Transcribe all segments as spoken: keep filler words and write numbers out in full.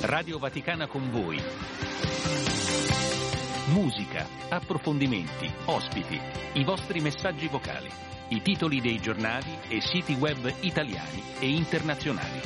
Radio Vaticana con voi. Musica, approfondimenti, ospiti, i vostri messaggi vocali, i titoli dei giornali e siti web italiani e internazionali.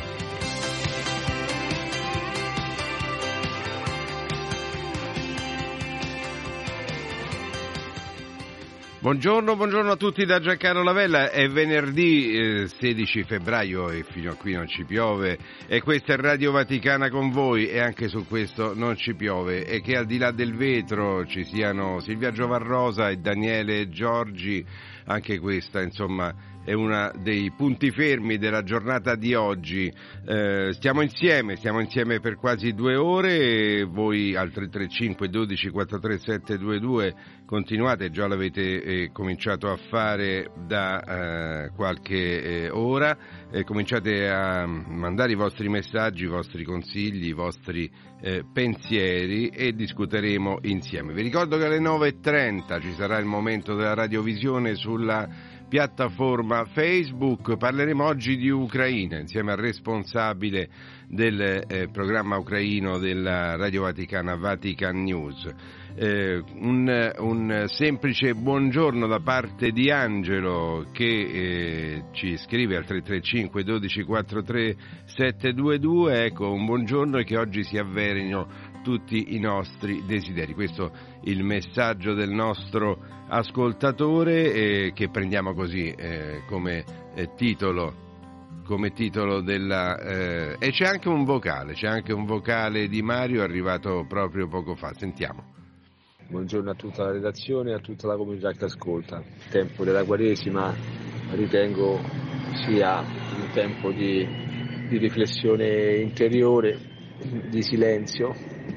Buongiorno, buongiorno a tutti da Giancarlo Lavella. È venerdì eh, sedici febbraio e fino a qui non ci piove, e questa è Radio Vaticana con voi, e anche su questo non ci piove, e che al di là del vetro ci siano Silvia Giovarrosa e Daniele Giorgi. Anche questa, insomma, è uno dei punti fermi della giornata di oggi. Eh, stiamo insieme, stiamo insieme per quasi due ore, e voi al tre tre cinque dodici quarantatré settecentodventidue continuate, già l'avete eh, cominciato a fare da eh, qualche eh, ora, eh, cominciate a mandare i vostri messaggi, i vostri consigli, i vostri eh, pensieri, e discuteremo insieme. Vi ricordo che alle nove e trenta ci sarà il momento della radiovisione sulla piattaforma Facebook. Parleremo oggi di Ucraina insieme al responsabile del eh, programma ucraino della Radio Vaticana, Vatican News. Eh, un, un semplice buongiorno da parte di Angelo, che eh, ci scrive al tre tre cinque dodici quarantatré settecentodventidue. Ecco, un buongiorno e che oggi si avverino tutti i nostri desideri. Questo il messaggio del nostro ascoltatore, eh, che prendiamo così eh, come eh, titolo come titolo della eh, e c'è anche un vocale, c'è anche un vocale di Mario arrivato proprio poco fa. Sentiamo. Buongiorno a tutta la redazione e a tutta la comunità che ascolta. Il tempo della Quaresima ritengo sia un tempo di, di riflessione interiore, di silenzio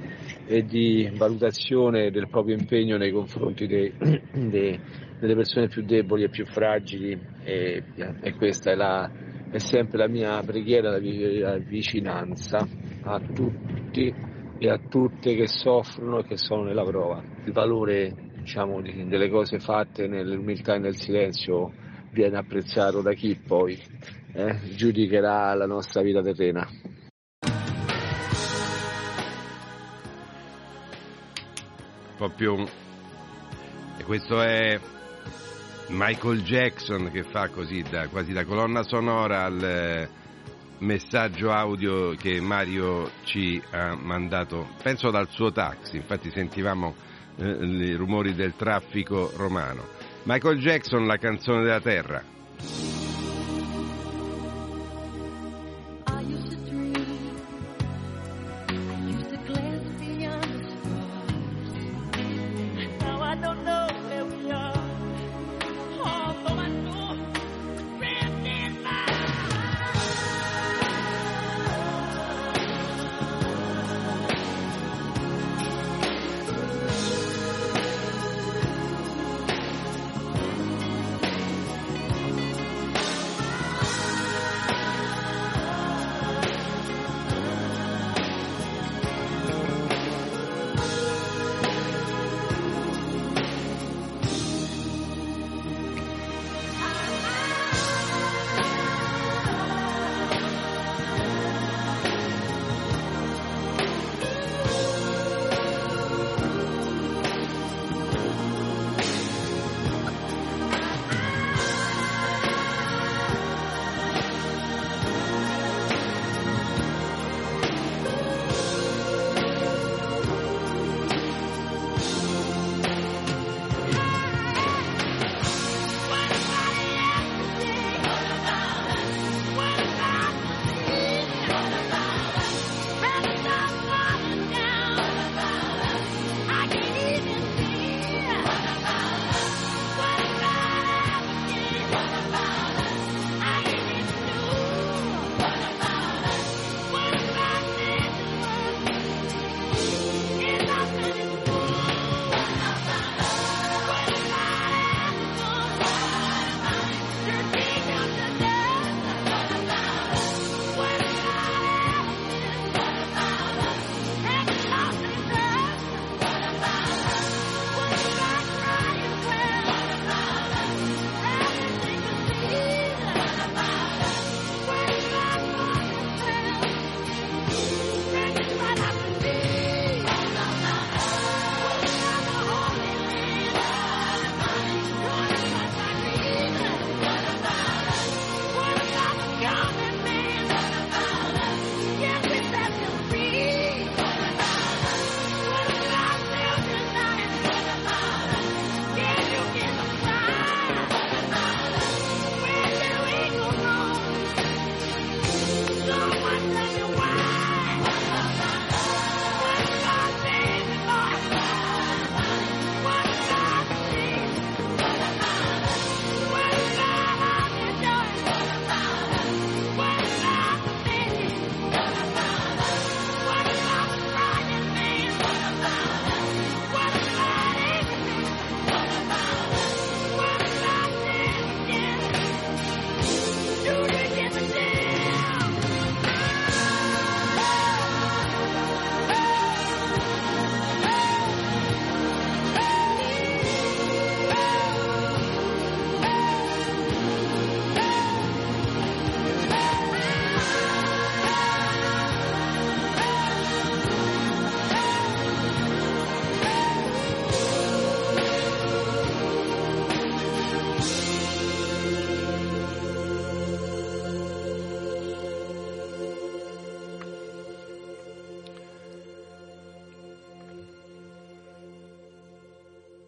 e di valutazione del proprio impegno nei confronti dei, dei, delle persone più deboli e più fragili, e, e questa è, la, è sempre la mia preghiera, la, la vicinanza a tutti e a tutte che soffrono e che sono nella prova. Il valore, diciamo, di, delle cose fatte nell'umiltà e nel silenzio viene apprezzato da chi poi eh, giudicherà la nostra vita terrena. Un po' più, e questo è Michael Jackson che fa così da, quasi da colonna sonora al eh, messaggio audio che Mario ci ha mandato, penso dal suo taxi. Infatti sentivamo eh, i rumori del traffico romano. Michael Jackson, La canzone della terra.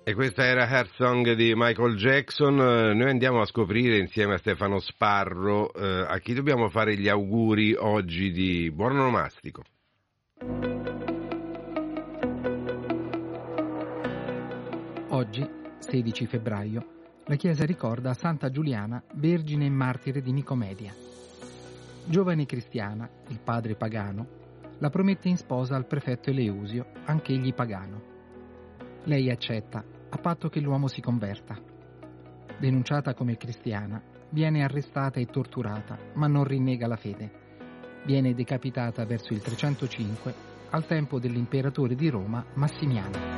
E questa era Heart Song di Michael Jackson. Noi andiamo a scoprire insieme a Stefano Sparro eh, a chi dobbiamo fare gli auguri oggi di buon onomastico. Oggi, sedici febbraio, la Chiesa ricorda Santa Giuliana, vergine e martire di Nicomedia. Giovane cristiana, il padre pagano, la promette in sposa al prefetto Eleusio, anch'egli pagano. Lei accetta, a patto che l'uomo si converta. Denunciata come cristiana, viene arrestata e torturata, ma non rinnega la fede. Viene decapitata verso il trecentocinque, al tempo dell'imperatore di Roma Massimiano.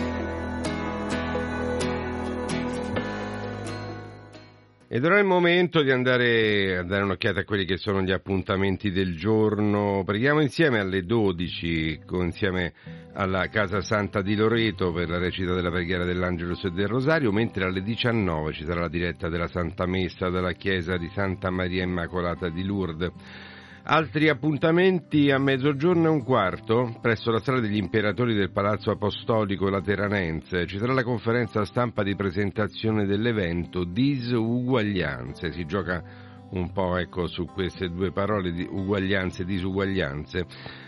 Ed ora è il momento di andare a dare un'occhiata a quelli che sono gli appuntamenti del giorno. Preghiamo insieme alle dodici, con, insieme alla Casa Santa di Loreto per la recita della preghiera dell'Angelus e del Rosario, mentre alle diciannove ci sarà la diretta della Santa Messa dalla chiesa di Santa Maria Immacolata di Lourdes. Altri appuntamenti a mezzogiorno e un quarto, presso la sala degli imperatori del Palazzo Apostolico Lateranense, ci sarà la conferenza stampa di presentazione dell'evento Disuguaglianze. Si gioca un po' ecco su queste due parole, di uguaglianze e disuguaglianze.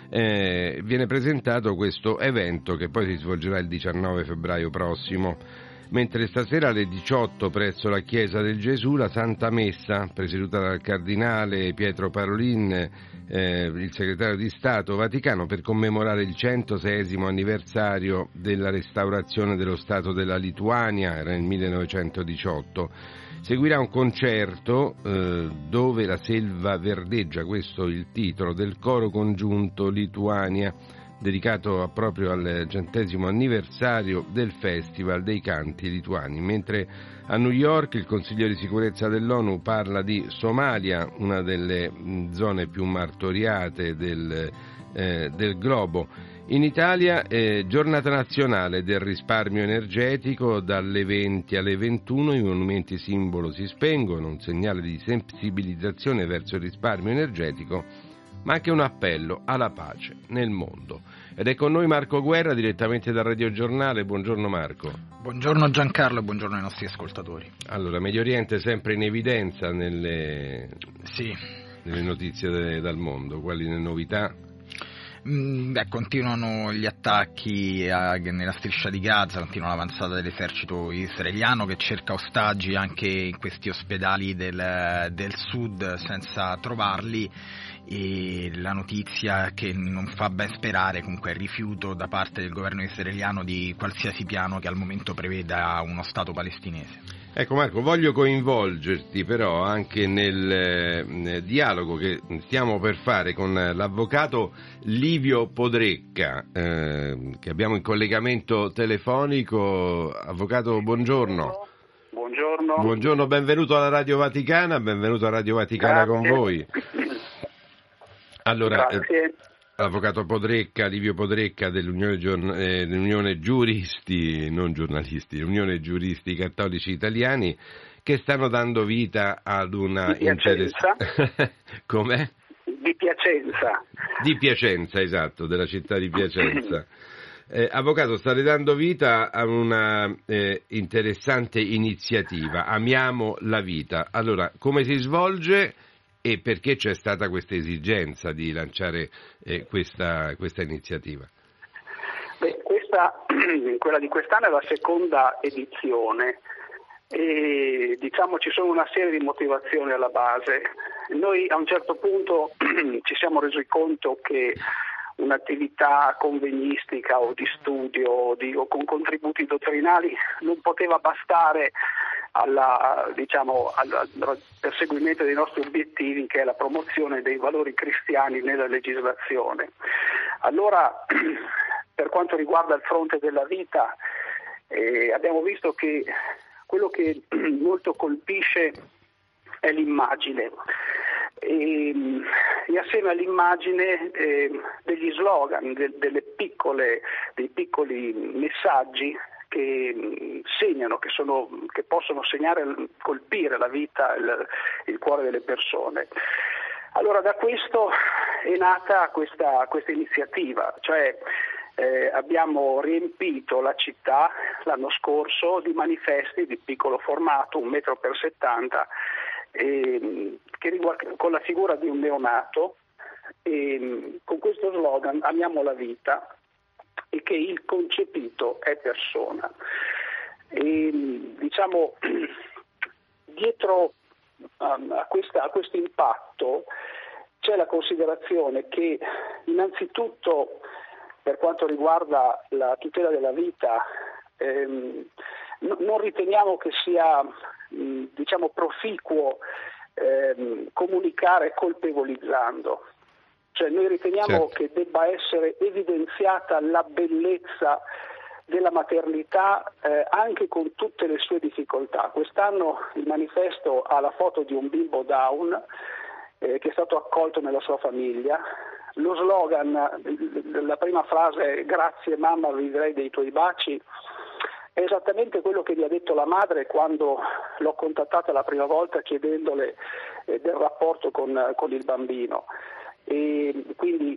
Eh, viene presentato questo evento che poi si svolgerà il diciannove febbraio prossimo. Mentre stasera alle diciotto presso la Chiesa del Gesù la Santa Messa, presieduta dal Cardinale Pietro Parolin, eh, il Segretario di Stato Vaticano, per commemorare il centoseiesimo anniversario della restaurazione dello Stato della Lituania, era nel millenovecentodiciotto. Seguirà un concerto eh, dove la selva verdeggia, questo è il titolo, del coro congiunto Lituania, dedicato proprio al centesimo anniversario del Festival dei Canti Lituani, mentre a New York il Consiglio di Sicurezza dell'ONU parla di Somalia, una delle zone più martoriate del, eh, del globo. In Italia eh, giornata nazionale del risparmio energetico, dalle venti alle ventuno i monumenti simbolo si spengono, un segnale di sensibilizzazione verso il risparmio energetico, ma anche un appello alla pace nel mondo. Ed è con noi Marco Guerra, direttamente dal Radio Giornale. Buongiorno Marco. Buongiorno Giancarlo e buongiorno ai nostri ascoltatori. Allora, Medio Oriente è sempre in evidenza nelle, sì. nelle notizie de, dal mondo. Quali le novità? Mm, beh, continuano gli attacchi a, nella striscia di Gaza, continua l'avanzata dell'esercito israeliano che cerca ostaggi anche in questi ospedali del, del sud senza trovarli, e la notizia che non fa ben sperare, comunque il rifiuto da parte del governo israeliano di qualsiasi piano che al momento preveda uno Stato palestinese. Ecco Marco, voglio coinvolgerti però anche nel, nel dialogo che stiamo per fare con l'avvocato Livio Podrecca, eh, che abbiamo in collegamento telefonico. Avvocato, buongiorno. Buongiorno. Buongiorno, benvenuto alla Radio Vaticana, benvenuto a Radio Vaticana. Grazie. Con voi. Allora, eh, l'avvocato Podrecca, Livio Podrecca dell'Unione, Giorn- eh, dell'Unione Giuristi, non giornalisti, l'Unione Giuristi Cattolici Italiani, che stanno dando vita ad una interessante... Com'è? Di Piacenza. Di Piacenza, esatto, della città di Piacenza. Eh, avvocato, state dando vita a una eh, interessante iniziativa, Amiamo la vita. Allora, come si svolge e perché c'è stata questa esigenza di lanciare eh, questa, questa iniziativa? Beh, questa, quella di quest'anno è la seconda edizione e diciamo ci sono una serie di motivazioni alla base. Noi a un certo punto ci siamo resi conto che un'attività convegnistica o di studio o, di, o con contributi dottrinali non poteva bastare alla, diciamo, al, al perseguimento dei nostri obiettivi, che è la promozione dei valori cristiani nella legislazione. Allora, per quanto riguarda il fronte della vita, eh, abbiamo visto che quello che molto colpisce è l'immagine. E, e assieme all'immagine eh, degli slogan, de, delle piccole, dei piccoli messaggi che mh, segnano, che, sono, che possono segnare, colpire la vita, il, il cuore delle persone. Allora da questo è nata questa, questa iniziativa, cioè eh, abbiamo riempito la città l'anno scorso di manifesti di piccolo formato, un metro per settanta, eh, che riguarda, con la figura di un neonato, eh, con questo slogan "Amiamo la vita" e che il concepito è persona. E, diciamo, dietro um, a, questa, a questo impatto c'è la considerazione che innanzitutto, per quanto riguarda la tutela della vita, ehm, no, non riteniamo che sia mh, diciamo proficuo ehm, comunicare colpevolizzando. Cioè noi riteniamo certo. che debba essere evidenziata la bellezza della maternità eh, anche con tutte le sue difficoltà. Quest'anno il manifesto ha la foto di un bimbo Down eh, che è stato accolto nella sua famiglia. Lo slogan, la prima frase "grazie mamma, vivrei dei tuoi baci", è esattamente quello che gli ha detto la madre quando l'ho contattata la prima volta chiedendole eh, del rapporto con, con il bambino. E quindi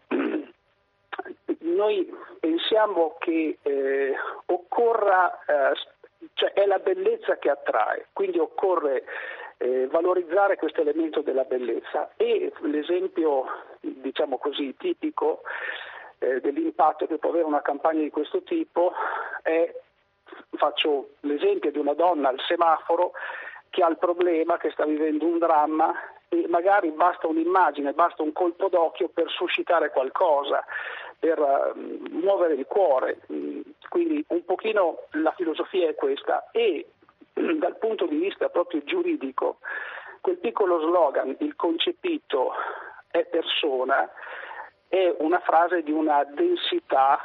noi pensiamo che eh, occorra, eh, cioè è la bellezza che attrae, quindi occorre eh, valorizzare questo elemento della bellezza, e l'esempio, diciamo così, tipico eh, dell'impatto che può avere una campagna di questo tipo è, faccio l'esempio di una donna al semaforo che ha il problema, che sta vivendo un dramma, e magari basta un'immagine, basta un colpo d'occhio per suscitare qualcosa, per uh, muovere il cuore. Quindi un pochino la filosofia è questa, e dal punto di vista proprio giuridico quel piccolo slogan "il concepito è persona" è una frase di una densità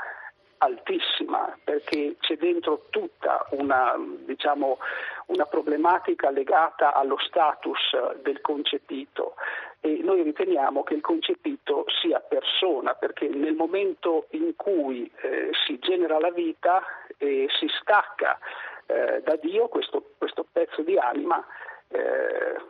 altissima, perché c'è dentro tutta una, diciamo, una problematica legata allo status del concepito, e noi riteniamo che il concepito sia persona, perché nel momento in cui eh, si genera la vita e si stacca eh, da Dio questo, questo pezzo di anima, eh,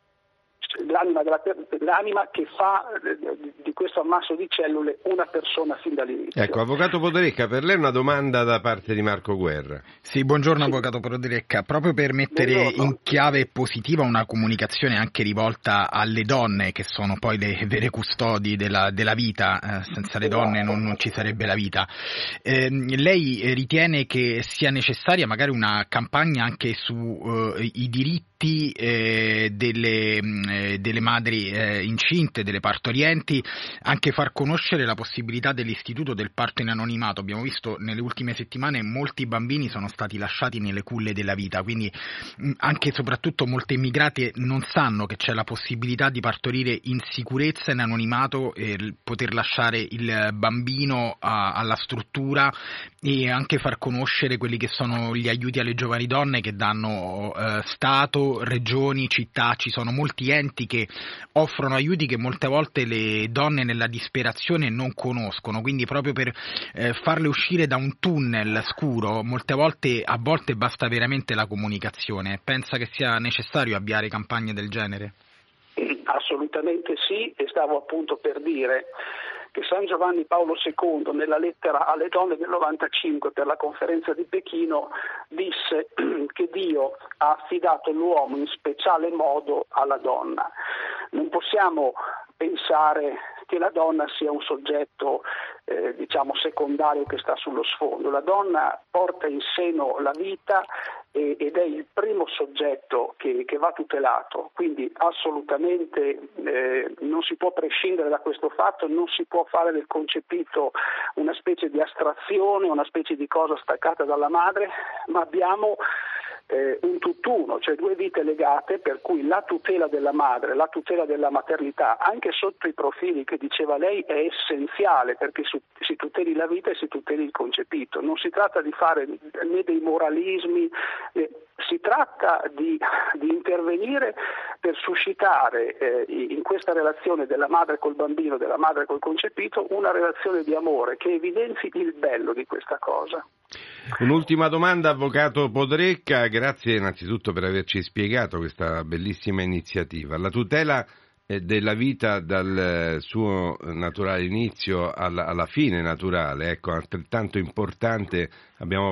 L'anima, della, l'anima che fa di questo ammasso di cellule una persona fin dall'inizio. Ecco, Avvocato Poderecca, per lei una domanda da parte di Marco Guerra. Sì, buongiorno sì. Avvocato Poderecca, proprio per mettere buongiorno. in chiave positiva una comunicazione anche rivolta alle donne, che sono poi le vere custodi della, della vita, eh, senza le donne non, non ci sarebbe la vita. Eh, lei ritiene che sia necessaria magari una campagna anche sui eh, diritti eh, delle eh, delle madri eh, incinte, delle partorienti, anche far conoscere la possibilità dell'istituto del parto in anonimato? Abbiamo visto nelle ultime settimane molti bambini sono stati lasciati nelle culle della vita, quindi mh, anche e soprattutto molte immigrate non sanno che c'è la possibilità di partorire in sicurezza, in anonimato, e poter lasciare il bambino a, alla struttura, e anche far conoscere quelli che sono gli aiuti alle giovani donne che danno eh, Stato, regioni, città. Ci sono molti enti che offrono aiuti che molte volte le donne nella disperazione non conoscono, quindi proprio per eh, farle uscire da un tunnel scuro molte volte a volte basta veramente la comunicazione. Pensa che sia necessario avviare campagne del genere? Assolutamente sì, e stavo appunto per dire che San Giovanni Paolo secondo, nella lettera alle donne del novantacinque per la conferenza di Pechino, disse che Dio ha affidato l'uomo in speciale modo alla donna. Non possiamo pensare che la donna sia un soggetto eh, diciamo secondario che sta sullo sfondo. La donna porta in seno la vita e, ed è il primo soggetto che, che va tutelato, quindi assolutamente eh, non si può prescindere da questo fatto, non si può fare del concepito una specie di astrazione, una specie di cosa staccata dalla madre, ma abbiamo Eh, un tutt'uno, cioè due vite legate, per cui la tutela della madre, la tutela della maternità, anche sotto i profili che diceva lei, è essenziale, perché su, si tuteli la vita e si tuteli il concepito. Non si tratta di fare né dei moralismi, eh, si tratta di, di intervenire per suscitare eh, in questa relazione della madre col bambino, della madre col concepito, una relazione di amore che evidenzi il bello di questa cosa. Un'ultima domanda, Avvocato Poderecca, grazie innanzitutto per averci spiegato questa bellissima iniziativa. La tutela della vita dal suo naturale inizio alla, alla fine naturale, ecco, altrettanto importante. Abbiamo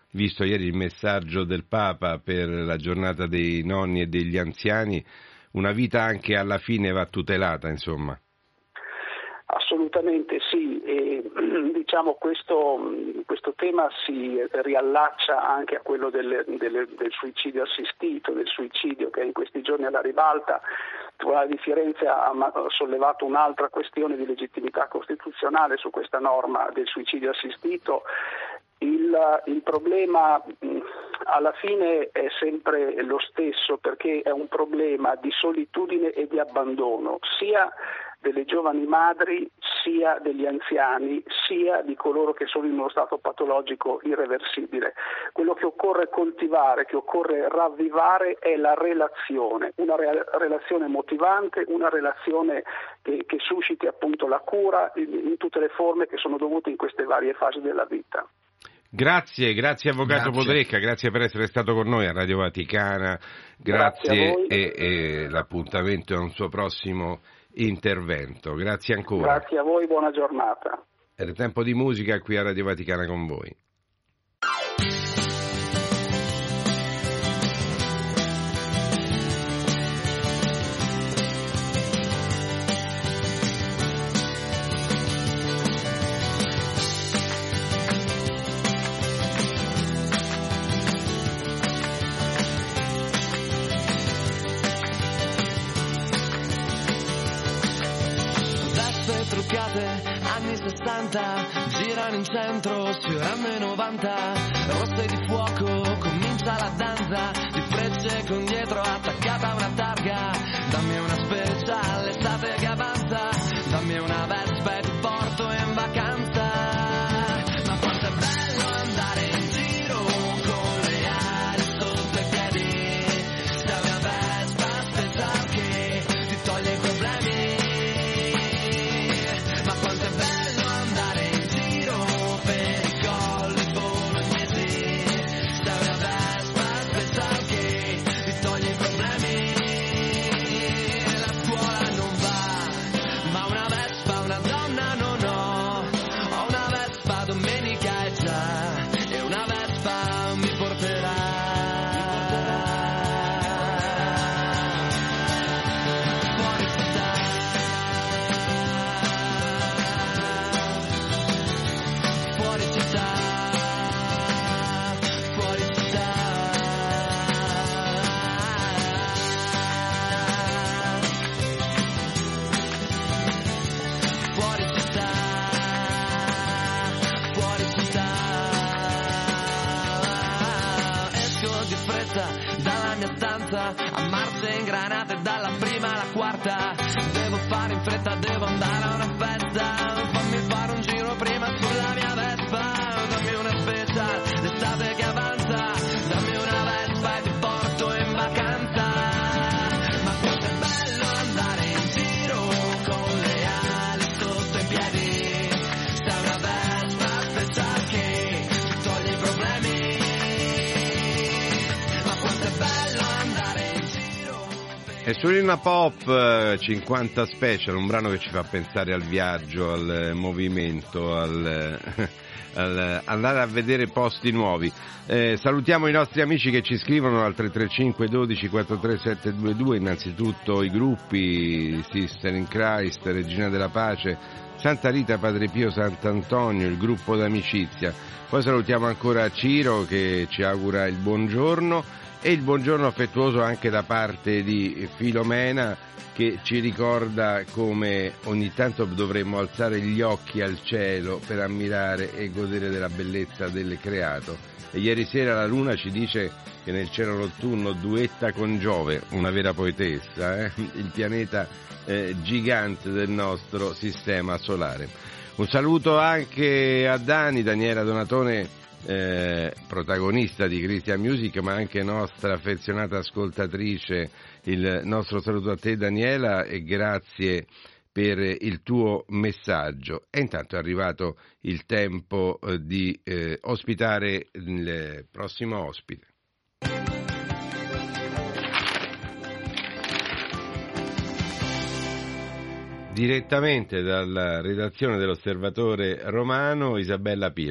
visto ieri il messaggio del Papa per la giornata dei nonni e degli anziani, una vita anche alla fine va tutelata, insomma. Assolutamente sì, e diciamo questo, questo tema si riallaccia anche a quello del, del, del suicidio assistito, del suicidio che in questi giorni alla ribalta. La di Firenze ha sollevato un'altra questione di legittimità costituzionale su questa norma del suicidio assistito. Il, il problema alla fine è sempre lo stesso, perché è un problema di solitudine e di abbandono, sia delle giovani madri, sia degli anziani, sia di coloro che sono in uno stato patologico irreversibile. Quello che occorre coltivare, che occorre ravvivare è la relazione, una re- relazione motivante, una relazione che, che susciti appunto la cura in, in tutte le forme che sono dovute in queste varie fasi della vita. Grazie, grazie Avvocato Grazie. Podrecca, grazie per essere stato con noi a Radio Vaticana, grazie, grazie e, e l'appuntamento è un suo prossimo intervento. Grazie ancora. Grazie a voi, buona giornata. È tempo di musica qui a Radio Vaticana con voi. Anni sessanta, girano in centro sui M novanta, rosse di fuoco, comincia la danza di frecce con dietro attaccata una targa. Dammi una special, l'estate che avanza, dammi una Vespa e ti porto in vacanza. Ma quanto è bello andare in giro con le ali sotto i piedi, c'è una Vespa special che ti toglie i problemi. A marce ingranate dalla prima alla quarta, devo fare in fretta, devo andare a una festa, fammi fare un giro prima sulla mia Vespa, dammi una special, l'estate che avanza, dammi una Vespa e ti porto in vacanza. Ma quanto è bello andare in giro con le ali sotto i piedi, c'è una Vespa special che ti toglie i problemi. Ma quanto è bello andare in giro. E su Luna Pop cinquanta Special, un brano che ci fa pensare al viaggio, al movimento, al, al andare a vedere posti nuovi. Eh, salutiamo i nostri amici che ci scrivono al tre tre cinque dodici quarantatré settecentodventidue, innanzitutto i gruppi Sister in Christ, Regina della Pace, Santa Rita, Padre Pio, Sant'Antonio, il gruppo d'amicizia. Poi salutiamo ancora Ciro che ci augura il buongiorno. E il buongiorno affettuoso anche da parte di Filomena, che ci ricorda come ogni tanto dovremmo alzare gli occhi al cielo per ammirare e godere della bellezza del creato. E ieri sera la Luna ci dice che nel cielo notturno duetta con Giove, una vera poetessa, eh? il pianeta eh, gigante del nostro sistema solare. Un saluto anche a Dani, Daniela Donatone, Eh, protagonista di Christian Music, ma anche nostra affezionata ascoltatrice. Il nostro saluto a te, Daniela, e grazie per il tuo messaggio. E intanto è arrivato il tempo eh, di eh, ospitare il prossimo ospite. Direttamente dalla redazione dell'Osservatore Romano, Isabella Piro.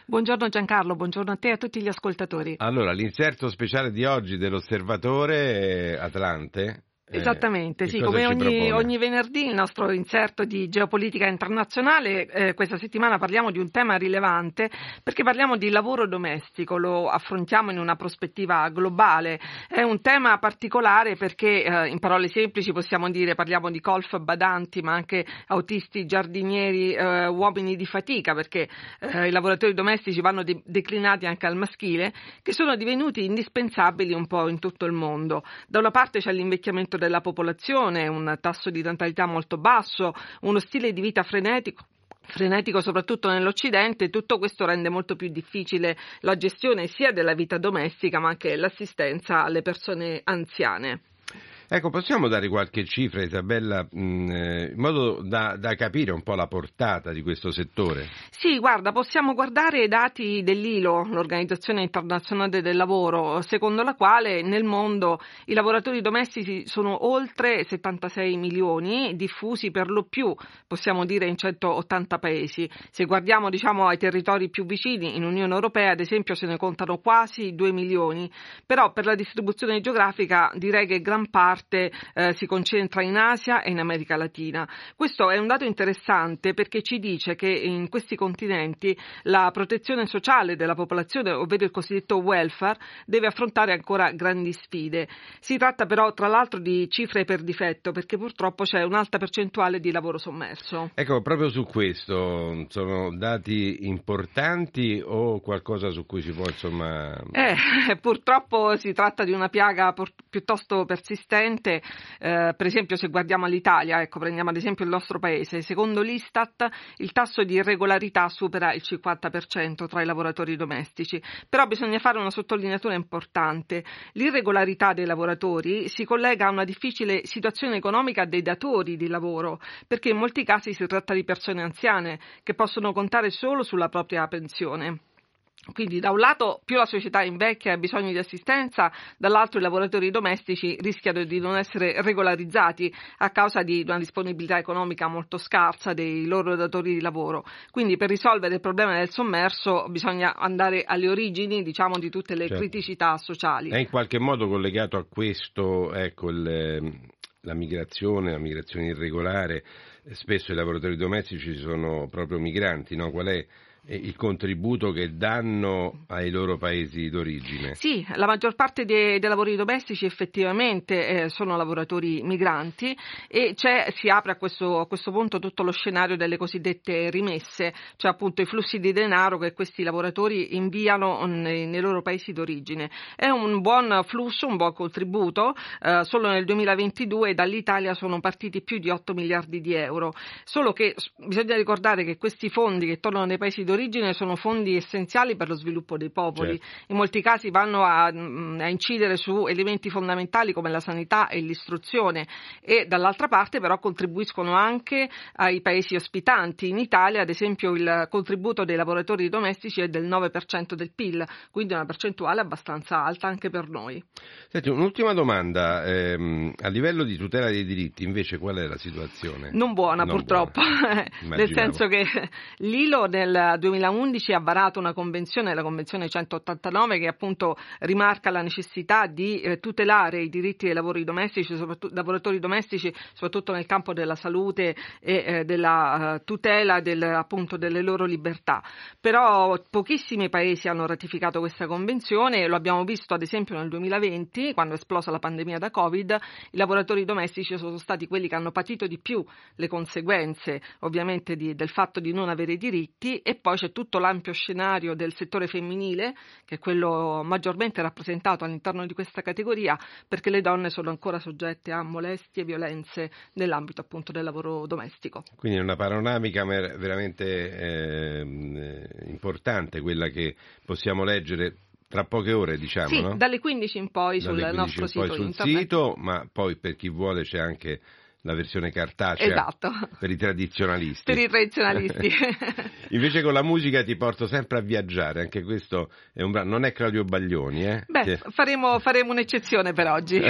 Buongiorno Giancarlo, buongiorno a te e a tutti gli ascoltatori. Allora, l'inserto speciale di oggi dell'Osservatore Atlante. Esattamente, eh, sì, come ogni, ogni venerdì il nostro inserto di geopolitica internazionale, eh, questa settimana parliamo di un tema rilevante perché parliamo di lavoro domestico, lo affrontiamo in una prospettiva globale, è un tema particolare perché eh, in parole semplici possiamo dire parliamo di colf, badanti ma anche autisti, giardinieri, eh, uomini di fatica perché eh, i lavoratori domestici vanno de- declinati anche al maschile, che sono divenuti indispensabili un po' in tutto il mondo. Da una parte c'è l'invecchiamento della popolazione, un tasso di natalità molto basso, uno stile di vita frenetico frenetico soprattutto nell'Occidente, tutto questo rende molto più difficile la gestione sia della vita domestica ma anche l'assistenza alle persone anziane. Ecco, possiamo dare qualche cifra, Isabella, in modo da, da capire un po' la portata di questo settore? Sì, guarda, possiamo guardare i dati dell'I L O, l'Organizzazione Internazionale del Lavoro, secondo la quale nel mondo i lavoratori domestici sono oltre settantasei milioni, diffusi per lo più, possiamo dire, in centottanta paesi. Se guardiamo, diciamo, ai territori più vicini, in Unione Europea, ad esempio, se ne contano quasi due milioni, però per la distribuzione geografica direi che gran parte Eh, si concentra in Asia e in America Latina. Questo è un dato interessante perché ci dice che in questi continenti la protezione sociale della popolazione, ovvero il cosiddetto welfare, deve affrontare ancora grandi sfide. Si tratta però tra l'altro di cifre per difetto perché purtroppo c'è un'alta percentuale di lavoro sommerso. Ecco, proprio su questo sono dati importanti o qualcosa su cui si può insomma... Eh, purtroppo si tratta di una piaga por- piuttosto persistente. Eh, per esempio se guardiamo all'Italia, ecco, prendiamo ad esempio il nostro paese, secondo l'Istat il tasso di irregolarità supera il cinquanta per cento tra i lavoratori domestici, però bisogna fare una sottolineatura importante: l'irregolarità dei lavoratori si collega a una difficile situazione economica dei datori di lavoro, perché in molti casi si tratta di persone anziane che possono contare solo sulla propria pensione. Quindi da un lato più la società invecchia e ha bisogno di assistenza, dall'altro i lavoratori domestici rischiano di non essere regolarizzati a causa di una disponibilità economica molto scarsa dei loro datori di lavoro. Quindi per risolvere il problema del sommerso bisogna andare alle origini, diciamo, di tutte le certo. criticità sociali. È in qualche modo collegato a questo, ecco, il, la migrazione, la migrazione irregolare. Spesso i lavoratori domestici sono proprio migranti, no? Qual è il contributo che danno ai loro paesi d'origine? Sì, la maggior parte dei, dei lavori domestici effettivamente eh, sono lavoratori migranti e c'è, si apre a questo, a questo punto tutto lo scenario delle cosiddette rimesse, cioè appunto i flussi di denaro che questi lavoratori inviano nei, nei loro paesi d'origine. È un buon flusso, un buon contributo, eh, solo nel duemilaventidue dall'Italia sono partiti più di otto miliardi di euro, solo che bisogna ricordare che questi fondi che tornano nei paesi d'origine origine sono fondi essenziali per lo sviluppo dei popoli. Certo. In molti casi vanno a, a incidere su elementi fondamentali come la sanità e l'istruzione e dall'altra parte però contribuiscono anche ai paesi ospitanti. In Italia, ad esempio, il contributo dei lavoratori domestici è del nove per cento del P I L, quindi una percentuale abbastanza alta anche per noi. Senti, un'ultima domanda, ehm, a livello di tutela dei diritti invece qual è la situazione? Non buona, non purtroppo, buona. Nel senso che l'I L O nel duemilaundici ha varato una convenzione, la convenzione centottantanove, che appunto rimarca la necessità di eh, tutelare i diritti dei lavori domestici, soprattutto, lavoratori domestici, soprattutto nel campo della salute e eh, della uh, tutela del, appunto delle loro libertà. Però pochissimi paesi hanno ratificato questa convenzione, lo abbiamo visto ad esempio nel duemilaventi, quando è esplosa la pandemia da Covid, i lavoratori domestici sono stati quelli che hanno patito di più le conseguenze ovviamente di, del fatto di non avere diritti, e poi c'è tutto l'ampio scenario del settore femminile, che è quello maggiormente rappresentato all'interno di questa categoria, perché le donne sono ancora soggette a molestie e violenze nell'ambito appunto del lavoro domestico. Quindi è una panoramica veramente eh, importante quella che possiamo leggere tra poche ore, diciamo, sì, no? dalle quindici in poi sul dalle nostro in sito poi sul internet. sito, ma poi per chi vuole c'è anche la versione cartacea, esatto, per i tradizionalisti. Per i tradizionalisti. Invece con la musica ti porto sempre a viaggiare, anche questo è un brano, non è Claudio Baglioni, eh? Beh, che... faremo, faremo un'eccezione per oggi.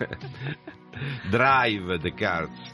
Drive the Cars.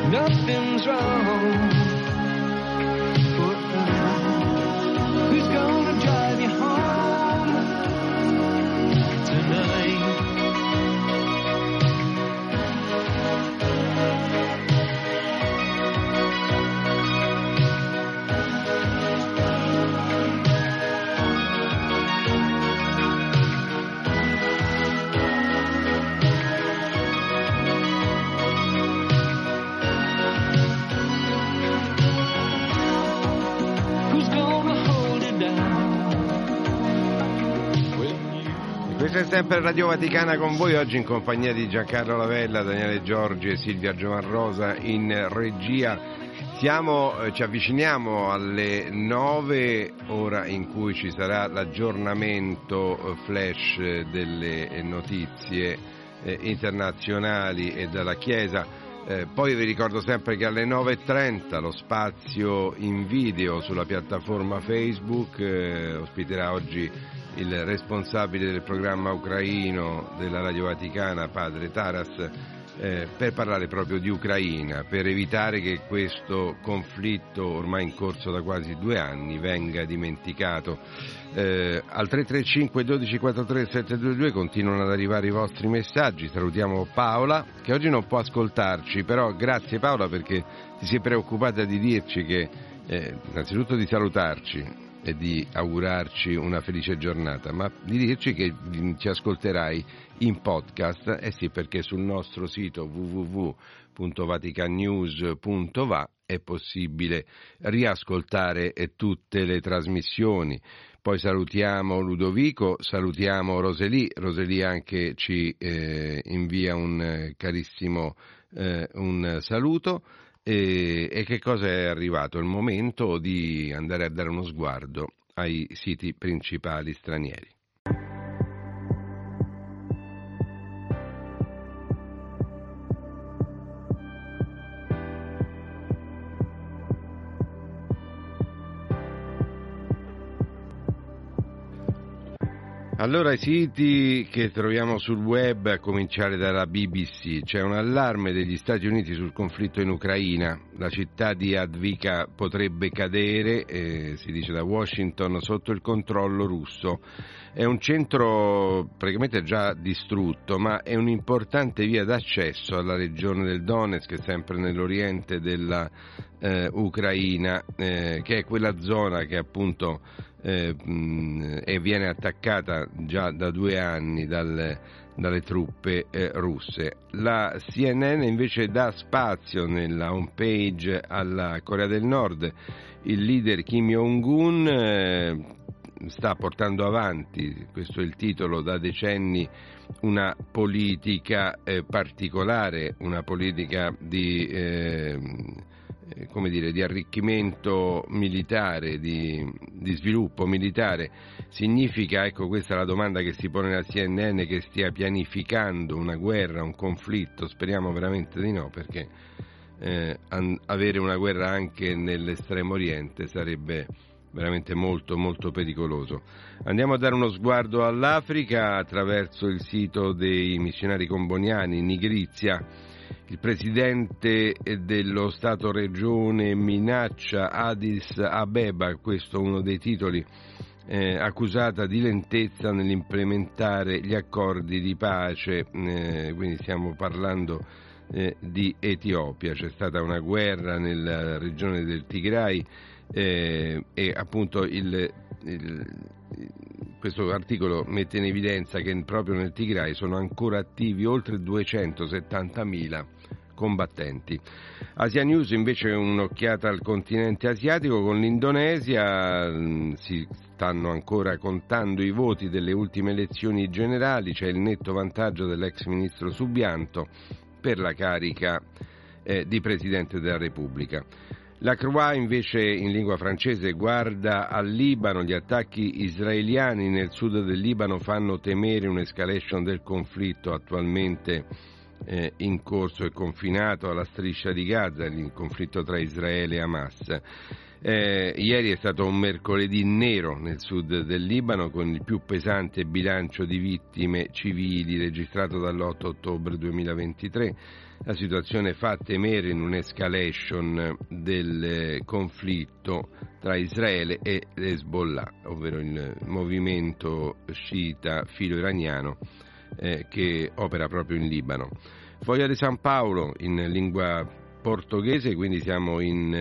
nothing's wrong. Who's gonna drive you home tonight? Questa è sempre Radio Vaticana con voi, oggi in compagnia di Giancarlo Lavella, Daniele Giorgi e Silvia Giovanrosa in regia. Siamo, ci avviciniamo alle nove, ora in cui ci sarà l'aggiornamento flash delle notizie eh, internazionali e dalla Chiesa. Eh, poi vi ricordo sempre che alle nove e trenta lo spazio in video sulla piattaforma Facebook eh, ospiterà oggi il responsabile del programma ucraino della Radio Vaticana, padre Taras, eh, per parlare proprio di Ucraina, per evitare che questo conflitto ormai in corso da quasi due anni venga dimenticato. Eh, al tre tre cinque dodici quarantatré sette due due continuano ad arrivare i vostri messaggi. Salutiamo Paola, che oggi non può ascoltarci, però grazie Paola perché ti sei preoccupata di dirci che eh, innanzitutto di salutarci e di augurarci una felice giornata, ma di dirci che ci ascolterai in podcast. Eh sì, perché sul nostro sito w w w punto vatican news punto v a è possibile riascoltare tutte le trasmissioni. Poi salutiamo Ludovico, salutiamo Roseli, Roseli anche ci eh, invia un eh, carissimo eh, un saluto. E, e che cosa è arrivato? Il momento di andare a dare uno sguardo ai siti principali stranieri. Allora, i siti che troviamo sul web, a cominciare dalla B B C, c'è un allarme degli Stati Uniti sul conflitto in Ucraina, la città di Advika potrebbe cadere, eh, si dice da Washington, sotto il controllo russo. È un centro praticamente già distrutto, ma è un'importante via d'accesso alla regione del Donetsk, sempre nell'oriente della eh, Ucraina, eh, che è quella zona che appunto Eh, mh, e viene attaccata già da due anni dal, dalle truppe eh, russe. La C N N invece dà spazio nella homepage alla Corea del Nord. Il leader Kim Jong-un eh, sta portando avanti, questo è il titolo, da decenni una politica eh, particolare, una politica di eh, come dire, di arricchimento militare, di, di sviluppo militare. Significa, ecco, questa è la domanda che si pone la C N N, che stia pianificando una guerra, un conflitto? Speriamo veramente di no, perché eh, an- avere una guerra anche nell'estremo oriente sarebbe veramente molto molto pericoloso. Andiamo a dare uno sguardo all'Africa attraverso il sito dei missionari comboniani, Nigrizia. Il presidente dello Stato-Regione minaccia Addis Abeba, questo è uno dei titoli, eh, accusata di lentezza nell'implementare gli accordi di pace, eh, quindi stiamo parlando eh, di Etiopia. C'è stata una guerra nella regione del Tigray eh, e appunto il, il, questo articolo mette in evidenza che proprio nel Tigray sono ancora attivi oltre duecentosettantamila combattenti. Asia News invece è un'occhiata al continente asiatico. Con l'Indonesia si stanno ancora contando i voti delle ultime elezioni generali, c'è il netto vantaggio dell'ex ministro Subianto per la carica eh, di Presidente della Repubblica. La Croix invece in lingua francese guarda al Libano. Gli attacchi israeliani nel sud del Libano fanno temere un'escalation del conflitto attualmente eh, in corso e confinato alla striscia di Gaza, il conflitto tra Israele e Hamas. Eh, ieri è stato un mercoledì nero nel sud del Libano, con il più pesante bilancio di vittime civili registrato dall'otto ottobre duemilaventitré. La situazione fa temere in un'escalation del conflitto tra Israele e Hezbollah, ovvero il movimento sciita filo-iraniano eh, che opera proprio in Libano. Foglia di San Paolo in lingua portoghese, quindi siamo in,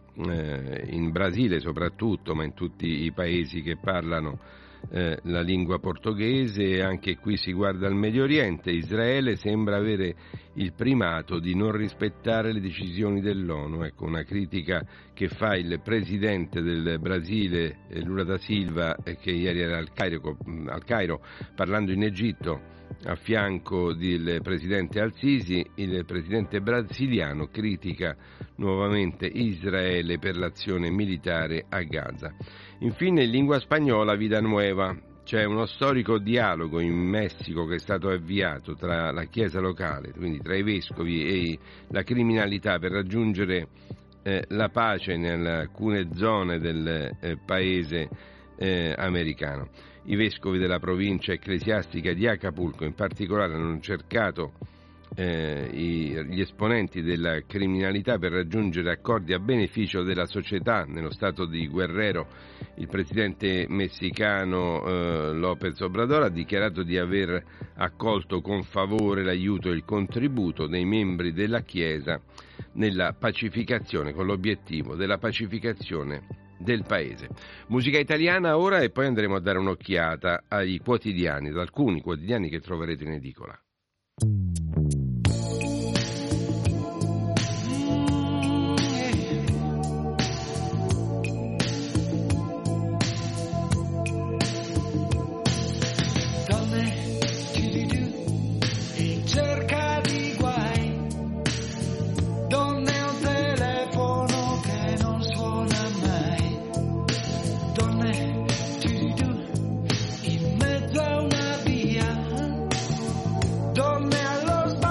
eh, in Brasile soprattutto, ma in tutti i paesi che parlano eh, la lingua portoghese. Anche qui si guarda al Medio Oriente. Israele sembra avere il primato di non rispettare le decisioni dell'ONU. Ecco una critica che fa il presidente del Brasile, Lula da Silva, che ieri era al Cairo, al Cairo parlando in Egitto a fianco del presidente Al-Sisi. Il presidente brasiliano critica nuovamente Israele per l'azione militare a Gaza. Infine in lingua spagnola Vida Nueva. C'è uno storico dialogo in Messico che è stato avviato tra la Chiesa locale, quindi tra i vescovi e la criminalità, per raggiungere eh, la pace in alcune zone del eh, paese eh, americano. I vescovi della provincia ecclesiastica di Acapulco in particolare hanno cercato eh, i, gli esponenti della criminalità per raggiungere accordi a beneficio della società. Nello stato di Guerrero il presidente messicano eh, López Obrador ha dichiarato di aver accolto con favore l'aiuto e il contributo dei membri della Chiesa nella pacificazione, con l'obiettivo della pacificazione del paese. Musica italiana ora, e poi andremo a dare un'occhiata ai quotidiani, ad alcuni quotidiani che troverete in edicola. Donne allo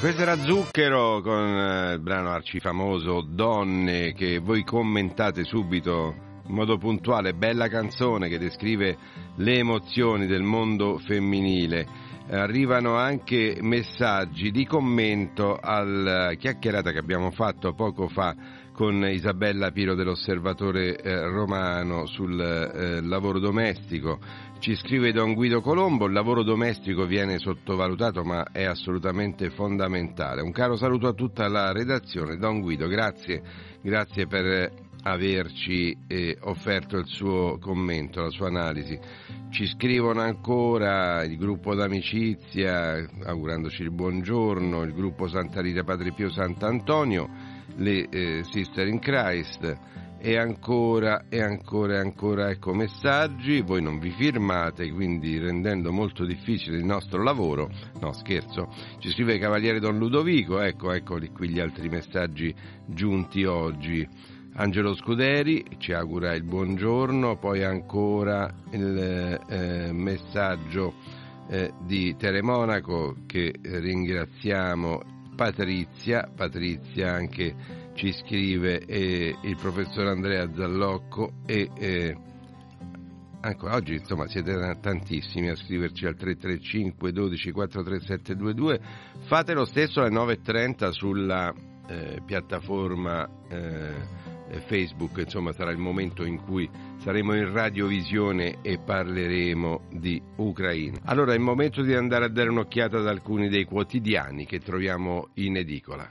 Questo era Zucchero con il brano arcifamoso Donne, che voi commentate subito in modo puntuale. Bella canzone che descrive le emozioni del mondo femminile. Arrivano anche messaggi di commento alla chiacchierata che abbiamo fatto poco fa con Isabella Piro dell'Osservatore eh, Romano sul eh, lavoro domestico. Ci scrive Don Guido Colombo: il lavoro domestico viene sottovalutato ma è assolutamente fondamentale. Un caro saluto a tutta la redazione. Don Guido, grazie, grazie per averci eh, offerto il suo commento, la sua analisi. Ci scrivono ancora il gruppo d'amicizia augurandoci il buongiorno, il gruppo Santa Rita Padre Pio Sant'Antonio, le eh, Sister in Christ, e ancora e ancora e ancora ecco messaggi. Voi non vi firmate, quindi rendendo molto difficile il nostro lavoro. No, scherzo. Ci scrive Cavaliere Don Ludovico, ecco, eccoli qui gli altri messaggi giunti oggi. Angelo Scuderi ci augura il buongiorno, poi ancora il eh, messaggio eh, di Teremonaco che ringraziamo. Patrizia, Patrizia anche ci scrive eh, il professor Andrea Zallocco e eh, ancora oggi insomma siete tantissimi a scriverci al tre tre cinque dodici quattro tre sette due due. Fate lo stesso alle nove e trenta sulla eh, piattaforma eh, Facebook, insomma sarà il momento in cui saremo in radiovisione e parleremo di Ucraina. Allora è il momento di andare a dare un'occhiata ad alcuni dei quotidiani che troviamo in edicola.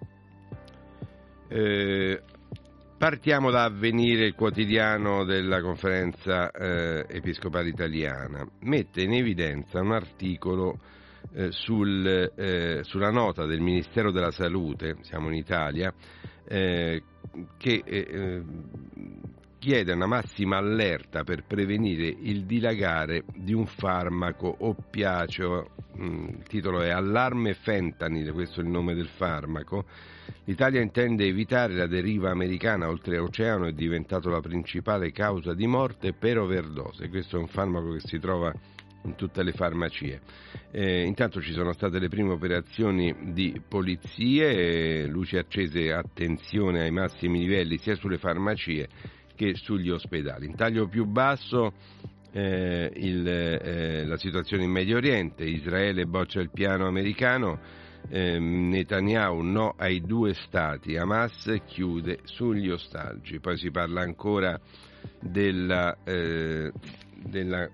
Eh, partiamo da Avvenire, il quotidiano della Conferenza eh, Episcopale Italiana. Mette in evidenza un articolo eh, sul, eh, sulla nota del Ministero della Salute, siamo in Italia, eh, che eh, chiede una massima allerta per prevenire il dilagare di un farmaco oppiaceo. Il titolo è Allarme Fentanyl, questo è il nome del farmaco. L'Italia intende evitare la deriva americana oltreoceano, è diventato la principale causa di morte per overdose. Questo è un farmaco che si trova in tutte le farmacie. Eh, intanto ci sono state le prime operazioni di polizie, luci accese, attenzione ai massimi livelli sia sulle farmacie che sugli ospedali. In taglio più basso eh, il, eh, la situazione in Medio Oriente, Israele boccia il piano americano, eh, Netanyahu no ai due stati, Hamas chiude sugli ostaggi. Poi si parla ancora della, eh, della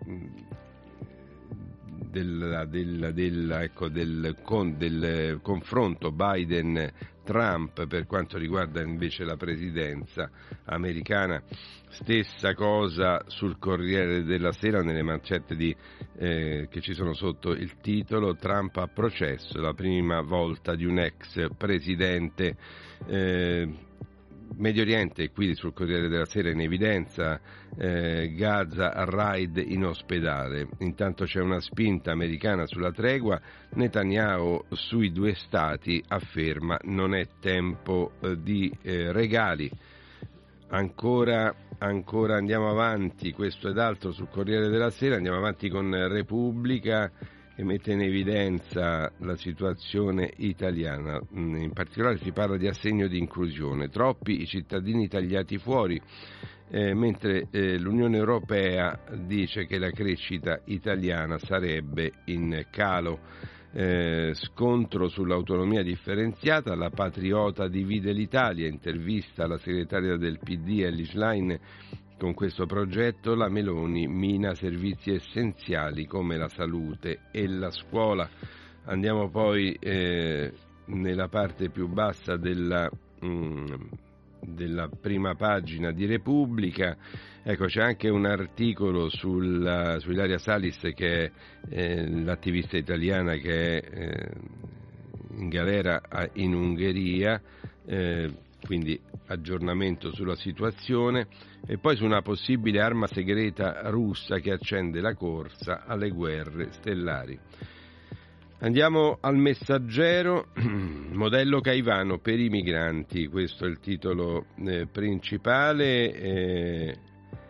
Della, della, della, ecco, del, con, del confronto Biden-Trump per quanto riguarda invece la presidenza americana. Stessa cosa sul Corriere della Sera, nelle mancette di, eh, che ci sono sotto il titolo: Trump a processo, la prima volta di un ex presidente. eh, Medio Oriente, qui sul Corriere della Sera in evidenza, eh, Gaza raid in ospedale. Intanto c'è una spinta americana sulla tregua, Netanyahu sui due stati afferma non è tempo eh, di eh, regali. Ancora, ancora andiamo avanti, questo ed altro sul Corriere della Sera, andiamo avanti con Repubblica, che mette in evidenza la situazione italiana. In particolare si parla di assegno di inclusione, troppi i cittadini tagliati fuori, eh, mentre eh, l'Unione Europea dice che la crescita italiana sarebbe in calo. Eh, scontro sull'autonomia differenziata, la patriota divide l'Italia, intervista alla segretaria del P D Elly Schlein. Con questo progetto la Meloni mina servizi essenziali come la salute e la scuola. Andiamo poi eh, nella parte più bassa della, mh, della prima pagina di Repubblica. Ecco, c'è anche un articolo sulla, su Ilaria Salis, che è eh, l'attivista italiana che è eh, in galera in Ungheria, eh, quindi aggiornamento sulla situazione, e poi su una possibile arma segreta russa che accende la corsa alle guerre stellari. Andiamo al Messaggero, modello Caivano per i migranti, questo è il titolo eh, principale. Eh,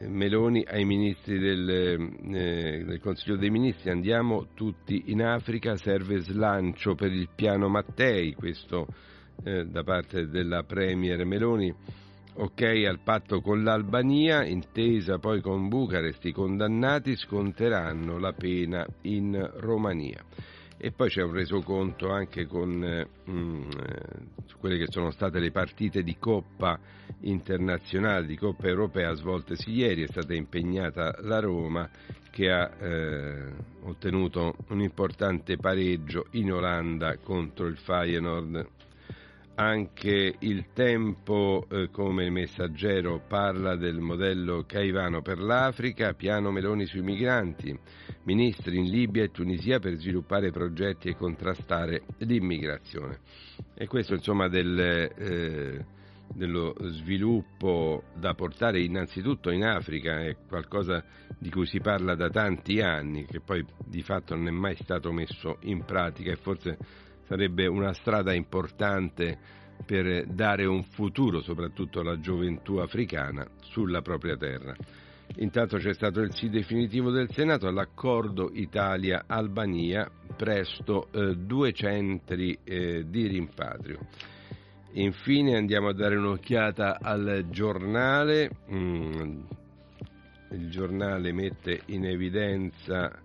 Meloni ai ministri del, eh, del Consiglio dei Ministri: andiamo tutti in Africa, serve slancio per il piano Mattei, questo eh, da parte della Premier Meloni. Ok al patto con l'Albania, intesa poi con Bucarest, i condannati sconteranno la pena in Romania. E poi c'è un resoconto anche con eh, mh, su quelle che sono state le partite di Coppa internazionale, di Coppa europea svoltesi ieri. È stata impegnata la Roma, che ha eh, ottenuto un importante pareggio in Olanda contro il Feyenoord. Anche il Tempo, eh, come Messaggero, parla del modello Caivano per l'Africa, piano Meloni sui migranti, ministri in Libia e Tunisia per sviluppare progetti e contrastare l'immigrazione. E questo insomma del, eh, dello sviluppo da portare innanzitutto in Africa, è qualcosa di cui si parla da tanti anni, che poi di fatto non è mai stato messo in pratica, e forse sarebbe una strada importante per dare un futuro soprattutto alla gioventù africana sulla propria terra. Intanto c'è stato il sì definitivo del Senato all'accordo Italia-Albania, presto eh, due centri eh, di rimpatrio. Infine andiamo a dare un'occhiata al giornale. Mm, il giornale mette in evidenza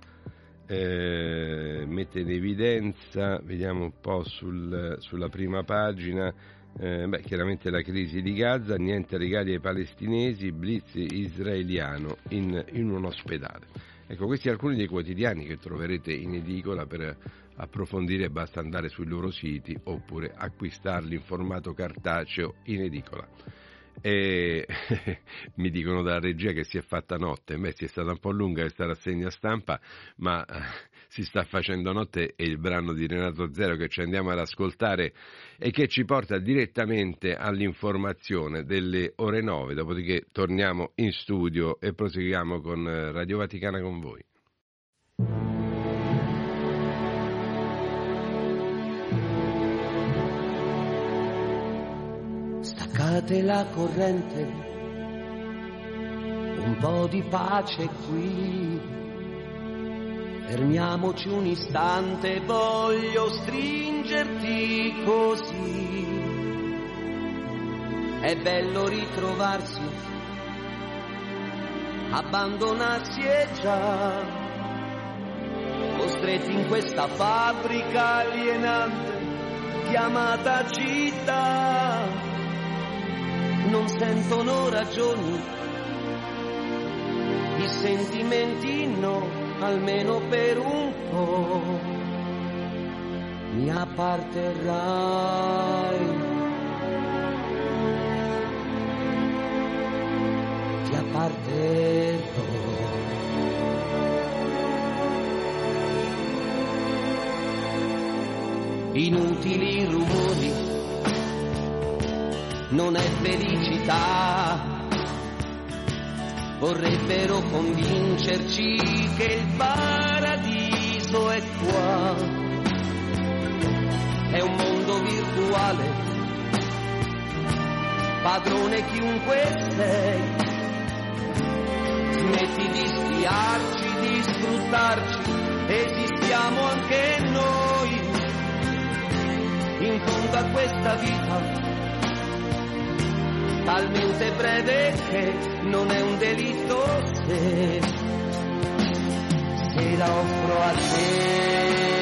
Eh, mette in evidenza, vediamo un po' sul, sulla prima pagina, eh, beh, chiaramente la crisi di Gaza, niente regali ai palestinesi, blitz israeliano in, in un ospedale. Ecco, questi alcuni dei quotidiani che troverete in edicola. Per approfondire basta andare sui loro siti oppure acquistarli in formato cartaceo in edicola. E mi dicono dalla regia che si è fatta notte. Beh, si è stata un po' lunga questa rassegna stampa, ma eh, si sta facendo notte, e il brano di Renato Zero che ci andiamo ad ascoltare e che ci porta direttamente all'informazione delle ore nove, dopodiché torniamo in studio e proseguiamo con Radio Vaticana con voi. Staccate la corrente, un po' di pace qui, fermiamoci un istante, voglio stringerti così. È bello ritrovarsi, abbandonarsi è già, costretti in questa fabbrica alienante chiamata città. Non sentono ragioni, i sentimenti no, almeno per un po'. Mi apparterrai, ti apparterrò. Inutili rumori, non è felicità, vorrebbero convincerci che il paradiso è qua. È un mondo virtuale, padrone chiunque sei, smetti di spiarci, di sfruttarci, esistiamo anche noi, in fondo a questa vita talmente breve che non è un delitto se, se la offro a te.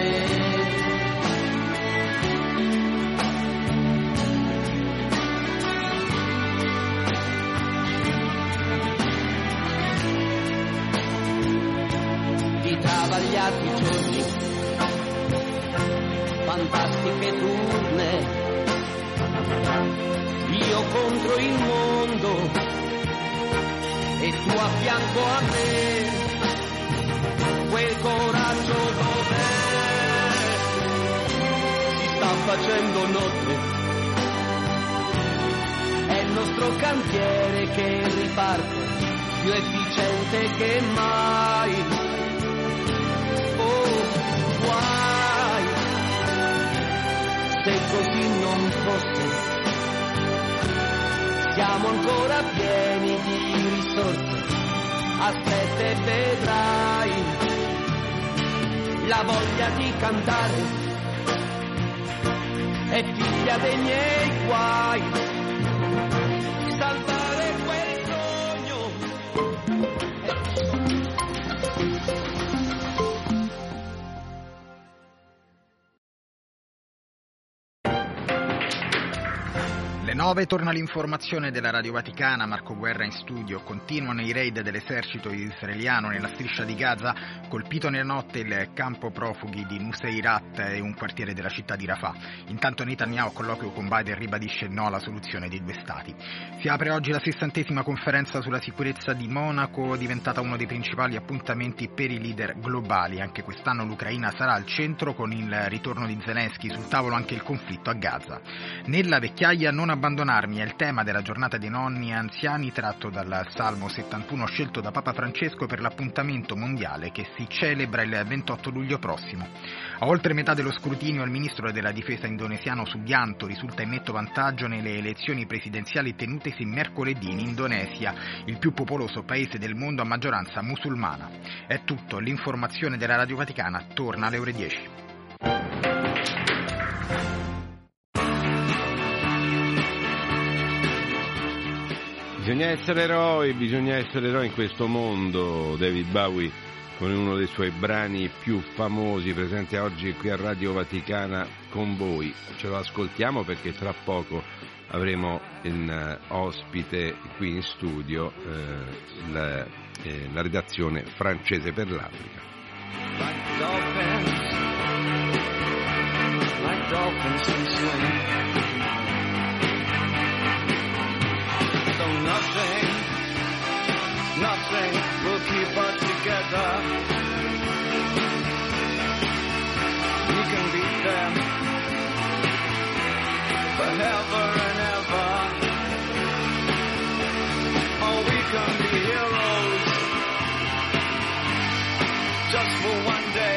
Di travagliati giorni, fantastiche turne, io contro il mondo e tu a fianco a me, quel coraggio dov'è? Si sta facendo notte, è il nostro cantiere che riparte più efficiente che mai. Oh, guai, se così non fosse, siamo ancora pieni di risorse, aspetta e vedrai, la voglia di cantare è figlia dei miei guai, salvare quel sogno. alle nove torna l'informazione della Radio Vaticana. Marco Guerra in studio. Continuano i raid dell'esercito israeliano nella striscia di Gaza. Colpito nella notte il campo profughi di Nuseirat e un quartiere della città di Rafah. Intanto Netanyahu a colloquio con Biden ribadisce no alla soluzione dei due stati. Si apre oggi la sessantesima conferenza sulla sicurezza di Monaco, diventata uno dei principali appuntamenti per i leader globali. Anche quest'anno l'Ucraina sarà al centro, con il ritorno di Zelensky, sul tavolo anche il conflitto a Gaza. Nella vecchiaia non abbandonarmi è il tema della giornata dei nonni anziani, tratto dal Salmo settantuno scelto da Papa Francesco per l'appuntamento mondiale che si celebra il ventotto luglio prossimo. A oltre metà dello scrutinio il ministro della difesa indonesiano Subianto risulta in netto vantaggio nelle elezioni presidenziali tenutesi mercoledì in Indonesia, il più popoloso paese del mondo a maggioranza musulmana. È tutto, l'informazione della Radio Vaticana torna alle ore dieci. Bisogna essere eroi, bisogna essere eroi in questo mondo. David Bowie con uno dei suoi brani più famosi, presente oggi qui a Radio Vaticana con voi. Ce lo ascoltiamo perché tra poco avremo in uh, ospite qui in studio uh, la, eh, la redazione francese per l'Africa. Like dolphins, like dolphins who swim. So nothing, nothing will keep us together. We can beat them forever and ever. Oh, we can be heroes just for one day.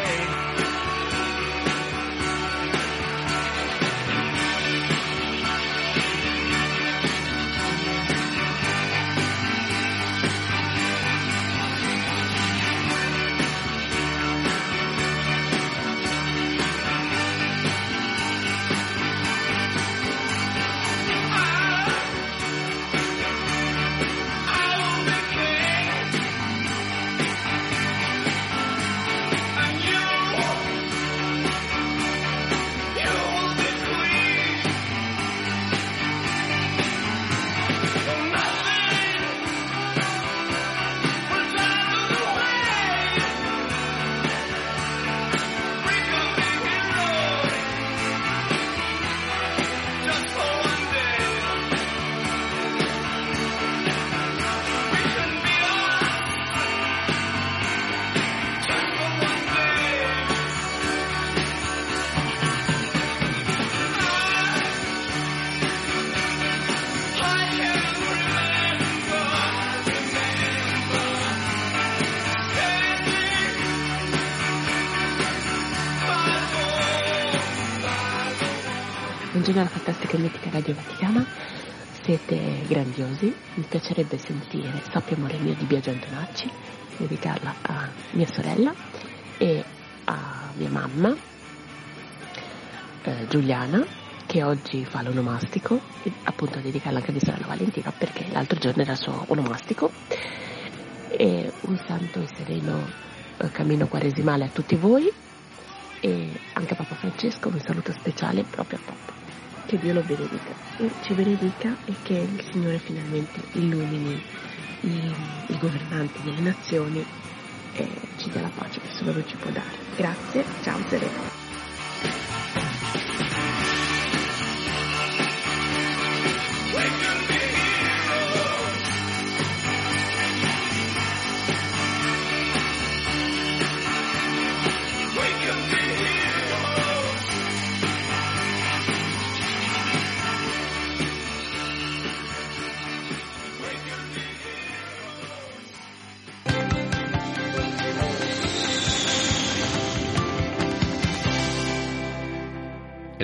Buongiorno alla fantastica e mitica Radio Vaticana, siete grandiosi, mi piacerebbe sentire Sappi amore mio di Biagio Antonacci, dedicarla a mia sorella e a mia mamma eh, Giuliana, che oggi fa l'onomastico, e appunto dedicarla anche a mia sorella Valentina perché l'altro giorno era il suo onomastico. E un santo e sereno eh, cammino quaresimale a tutti voi e anche a Papa Francesco un saluto speciale proprio a Papa. Che Dio lo benedica, ci benedica e che il Signore finalmente illumini i, i governanti delle nazioni e ci dia la pace che solo Lui ci può dare. Grazie, ciao Serena.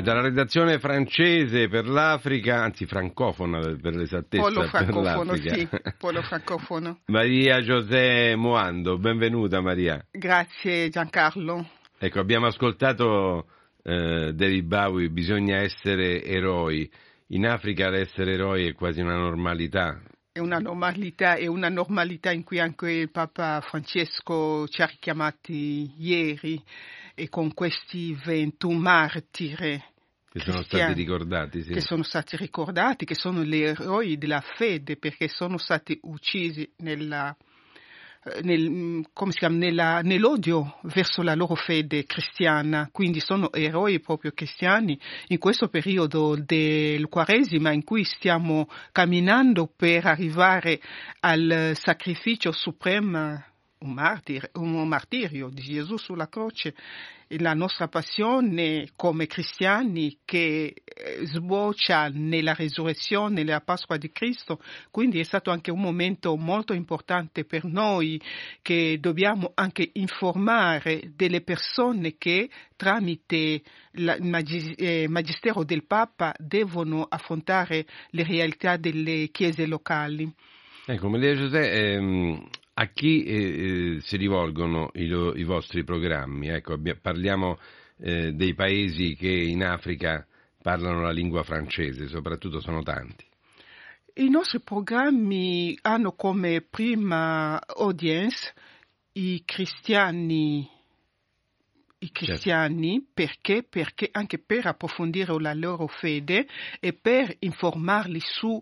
E dalla redazione francese per l'Africa, anzi francofona per l'esattezza, Polo per francofono, l'Africa. sì, polo francofono. Maria José Moando, benvenuta Maria. Grazie Giancarlo. Ecco, abbiamo ascoltato eh, David Bowie, bisogna essere eroi. In Africa l'essere eroi è quasi una normalità. È una normalità, è una normalità in cui anche il Papa Francesco ci ha richiamati ieri, e con questi ventuno martiri che sono stati ricordati, sì. che sono stati ricordati, che sono gli eroi della fede, perché sono stati uccisi nella, nel, come si chiama, nella, nell'odio verso la loro fede cristiana, quindi sono eroi proprio cristiani in questo periodo del Quaresima in cui stiamo camminando per arrivare al sacrificio supremo, un martire, un martirio di Gesù sulla croce, la nostra passione come cristiani che sboccia nella resurrezione, nella Pasqua di Cristo, quindi è stato anche un momento molto importante per noi, che dobbiamo anche informare delle persone che tramite il magis- eh, magistero del Papa devono affrontare le realtà delle chiese locali. Ecco, Maria José, ehm, a chi eh, si rivolgono i, lo, i vostri programmi? Ecco, abbia, parliamo eh, dei paesi che in Africa parlano la lingua francese, soprattutto sono tanti. I nostri programmi hanno come prima audience i cristiani, i cristiani, certo. perché? Perché anche per approfondire la loro fede e per informarli su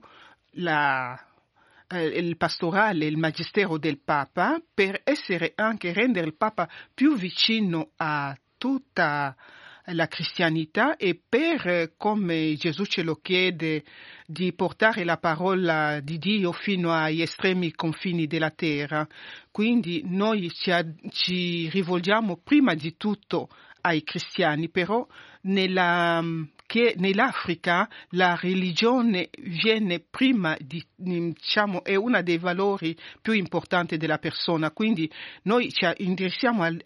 la il pastorale, il magistero del Papa, per essere anche rendere il Papa più vicino a tutta la cristianità e per, come Gesù ce lo chiede, di portare la parola di Dio fino agli estremi confini della terra. Quindi noi ci, ci rivolgiamo prima di tutto ai cristiani, però nella che nell'Africa la religione viene prima di, diciamo, è uno dei valori più importanti della persona, quindi noi ci interessiamo ai,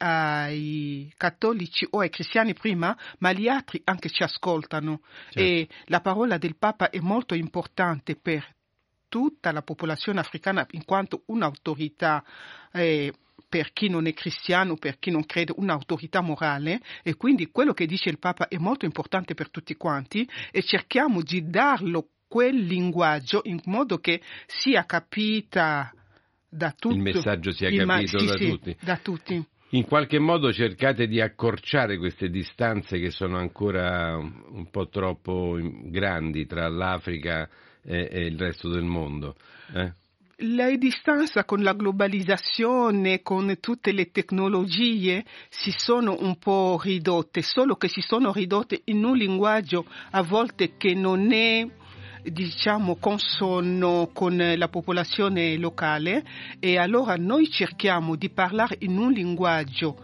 ai cattolici o ai cristiani prima, ma gli altri anche ci ascoltano, certo. E la parola del Papa è molto importante per tutta la popolazione africana in quanto un'autorità eh, per chi non è cristiano, per chi non crede, un'autorità morale, e quindi quello che dice il Papa è molto importante per tutti quanti e cerchiamo di darlo quel linguaggio in modo che sia capita da tutti. Il messaggio sia capito ma- sì, da sì, tutti. Da tutti. In qualche modo cercate di accorciare queste distanze che sono ancora un po' troppo grandi tra l'Africa e, e il resto del mondo, eh? La distanza con la globalizzazione, con tutte le tecnologie, si sono un po' ridotte, solo che si sono ridotte in un linguaggio a volte che non è, diciamo, consono con la popolazione locale, e allora noi cerchiamo di parlare in un linguaggio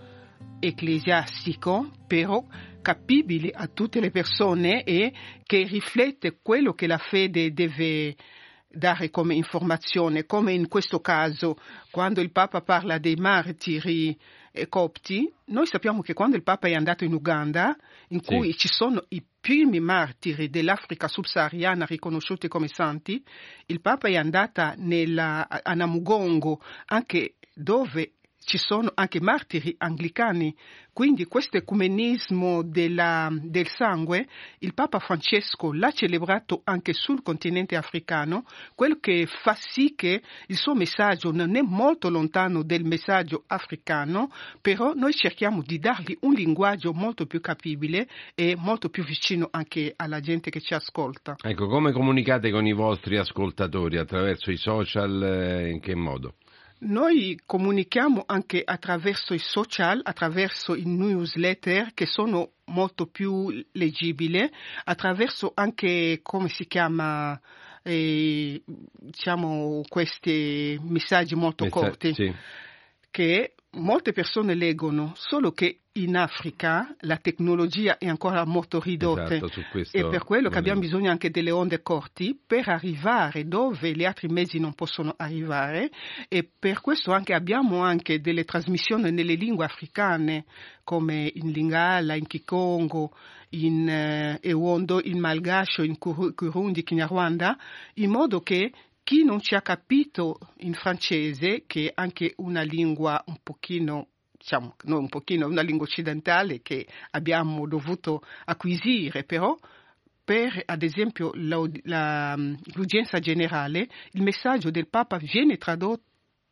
ecclesiastico, però capibile a tutte le persone e che riflette quello che la fede deve dare come informazione, come in questo caso quando il Papa parla dei martiri eh, copti. Noi sappiamo che quando il Papa è andato in Uganda, in sì. cui ci sono i primi martiri dell'Africa subsahariana riconosciuti come santi, il Papa è andato nella, a Namugongo, anche dove ci sono anche martiri anglicani. Quindi questo ecumenismo della, del sangue, il Papa Francesco l'ha celebrato anche sul continente africano, quello che fa sì che il suo messaggio non è molto lontano del messaggio africano, però noi cerchiamo di dargli un linguaggio molto più capibile e molto più vicino anche alla gente che ci ascolta. Ecco, come comunicate con i vostri ascoltatori? Attraverso i social, eh, in che modo? Noi comunichiamo anche attraverso i social, attraverso i newsletter che sono molto più leggibili, attraverso anche, come si chiama, eh, diciamo, questi messaggi molto Messa- corti, sì. che molte persone leggono, solo che in Africa la tecnologia è ancora molto ridotta, esatto, su questo e per quello che abbiamo bisogno anche delle onde corti per arrivare dove gli altri mezzi non possono arrivare, e per questo anche abbiamo anche delle trasmissioni nelle lingue africane come in Lingala, in Kikongo, in eh, Ewondo, in Malgasho, in Kurundi, Kinyarwanda, in modo che chi non ci ha capito in francese, che è anche una lingua un pochino, diciamo, non un pochino, una lingua occidentale che abbiamo dovuto acquisire, però per, ad esempio, la, la, l'udienza generale, il messaggio del Papa viene tradotto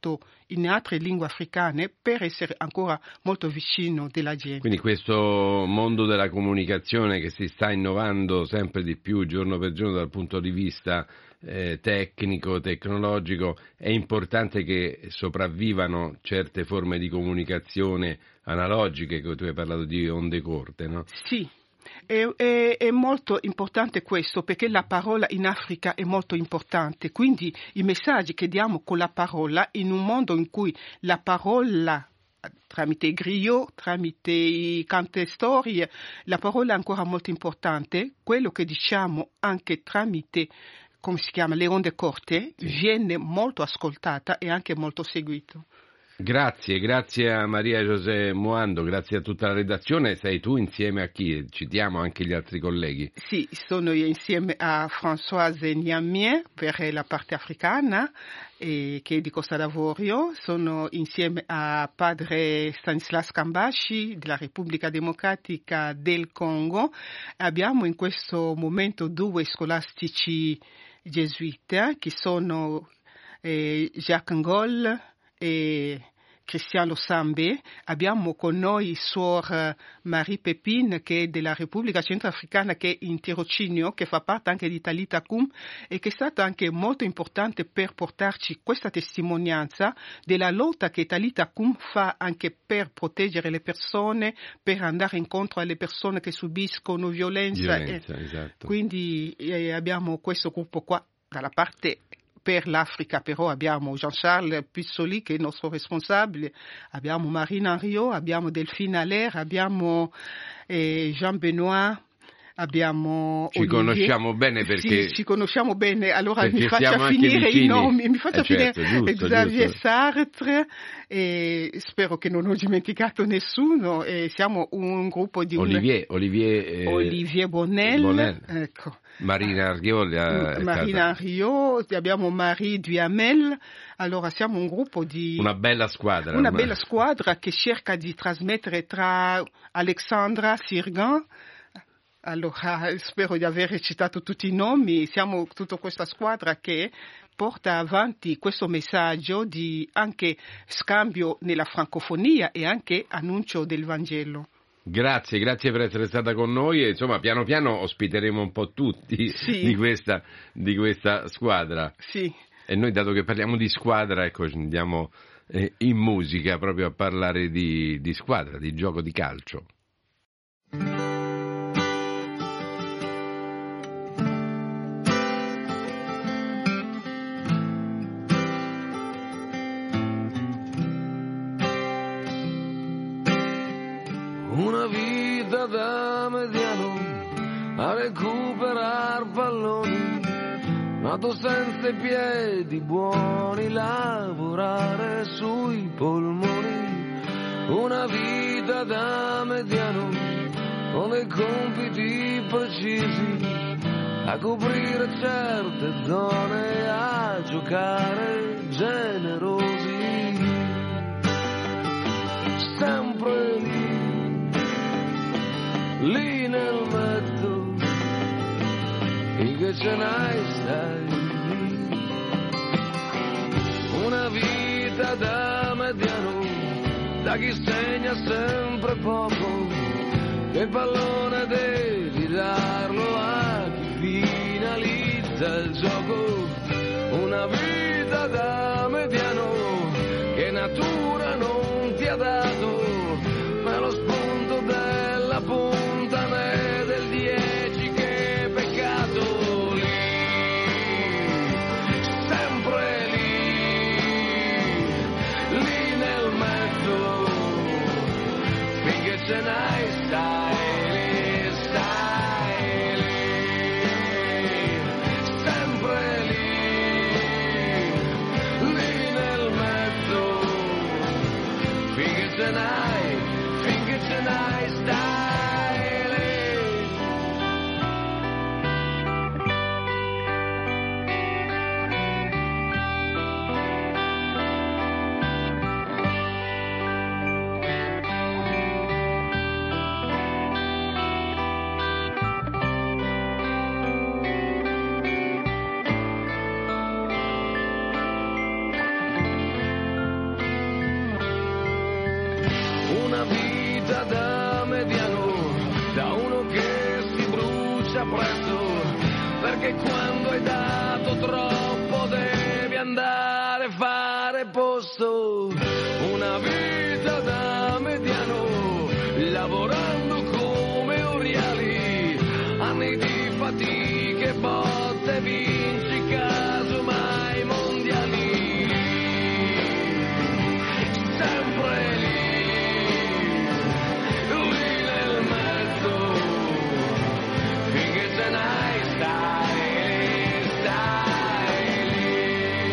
in altre lingue africane per essere ancora molto vicino della gente. Quindi questo mondo della comunicazione che si sta innovando sempre di più giorno per giorno dal punto di vista eh, tecnico, tecnologico, è importante che sopravvivano certe forme di comunicazione analogiche, che tu hai parlato di onde corte, no? Sì. È, è, è molto importante questo, perché la parola in Africa è molto importante, quindi i messaggi che diamo con la parola in un mondo in cui la parola tramite i griot, tramite i cantastorie, la parola è ancora molto importante, quello che diciamo anche tramite, come si chiama, le onde corte, sì, viene molto ascoltata e anche molto seguito. Grazie, grazie a Maria José Muando, grazie a tutta la redazione. Sei tu insieme a chi? Citiamo anche gli altri colleghi. Sì, sono io insieme a Françoise Niamie per la parte africana, e che è di Costa d'Avorio. Sono insieme a padre Stanislas Kambashi della Repubblica Democratica del Congo. Abbiamo in questo momento due scolastici gesuiti che sono eh, Jacques Ngol e Cristiano Sambe. Abbiamo con noi Suor Marie Pepin, che è della Repubblica Centroafricana, che è in tirocinio, che fa parte anche di Talita Kum, e che è stata anche molto importante per portarci questa testimonianza della lotta che Talita Kum fa anche per proteggere le persone, per andare incontro alle persone che subiscono violenza. violenza e, esatto. Quindi eh, abbiamo questo gruppo qua dalla parte. Per l'Africa però abbiamo Jean-Charles Pizzoli che è il nostro responsabile, abbiamo Marine Henriot, abbiamo Delphine Allaire, abbiamo eh, Jean-Benoît, abbiamo Ci Olivier. Conosciamo bene perché... Sì, ci conosciamo bene, allora perché mi faccia finire i nomi, mi faccia eh certo, finire giusto, Xavier giusto. Sartre, e spero che non ho dimenticato nessuno, e siamo un gruppo di... Olivier, un... Olivier, eh... Olivier Bonnel, Bonnel. Ecco. Marina Henriot, Marina Henriot, abbiamo Marie Duhamel, allora siamo un gruppo di... Una bella squadra. Una ma... bella squadra che cerca di trasmettere tra Alexandra Sirgan, allora spero di aver citato tutti i nomi, siamo tutta questa squadra che porta avanti questo messaggio di anche scambio nella francofonia e anche annuncio del Vangelo. Grazie, grazie per essere stata con noi e insomma piano piano ospiteremo un po' tutti sì. di, questa, di questa squadra. Sì. E noi dato che parliamo di squadra, ecco, andiamo eh, in musica proprio a parlare di, di squadra, di gioco di calcio. Una vita da mediano a recuperar palloni, nato senza i piedi buoni, lavorare sui polmoni. Una vita da mediano con dei compiti precisi, a coprire certe zone, a giocare generosi, sempre lì. Lì nel mezzo, finché ce n'hai stai lì. Una vita da mediano, da chi segna sempre poco, che il pallone devi darlo a chi finalizza il gioco. Una vita da mediano, che natura non ti ha dato, ma lo spunto della punta del dieci che è peccato. Lì, sempre lì, lì nel mezzo. quando hai dato troppo devi andare a fare posto. Una vita da mediano, lavorando come oriali, anni di fatiche, botte, vinci casomai mondiali. Sempre lì, lì nel mezzo, finché se n'hai stai lì, stai lì.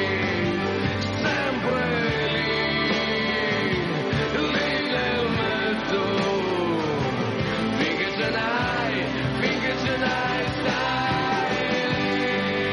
Sempre lì, lì nel mezzo, finché se n'hai, finché se n'hai stai lì.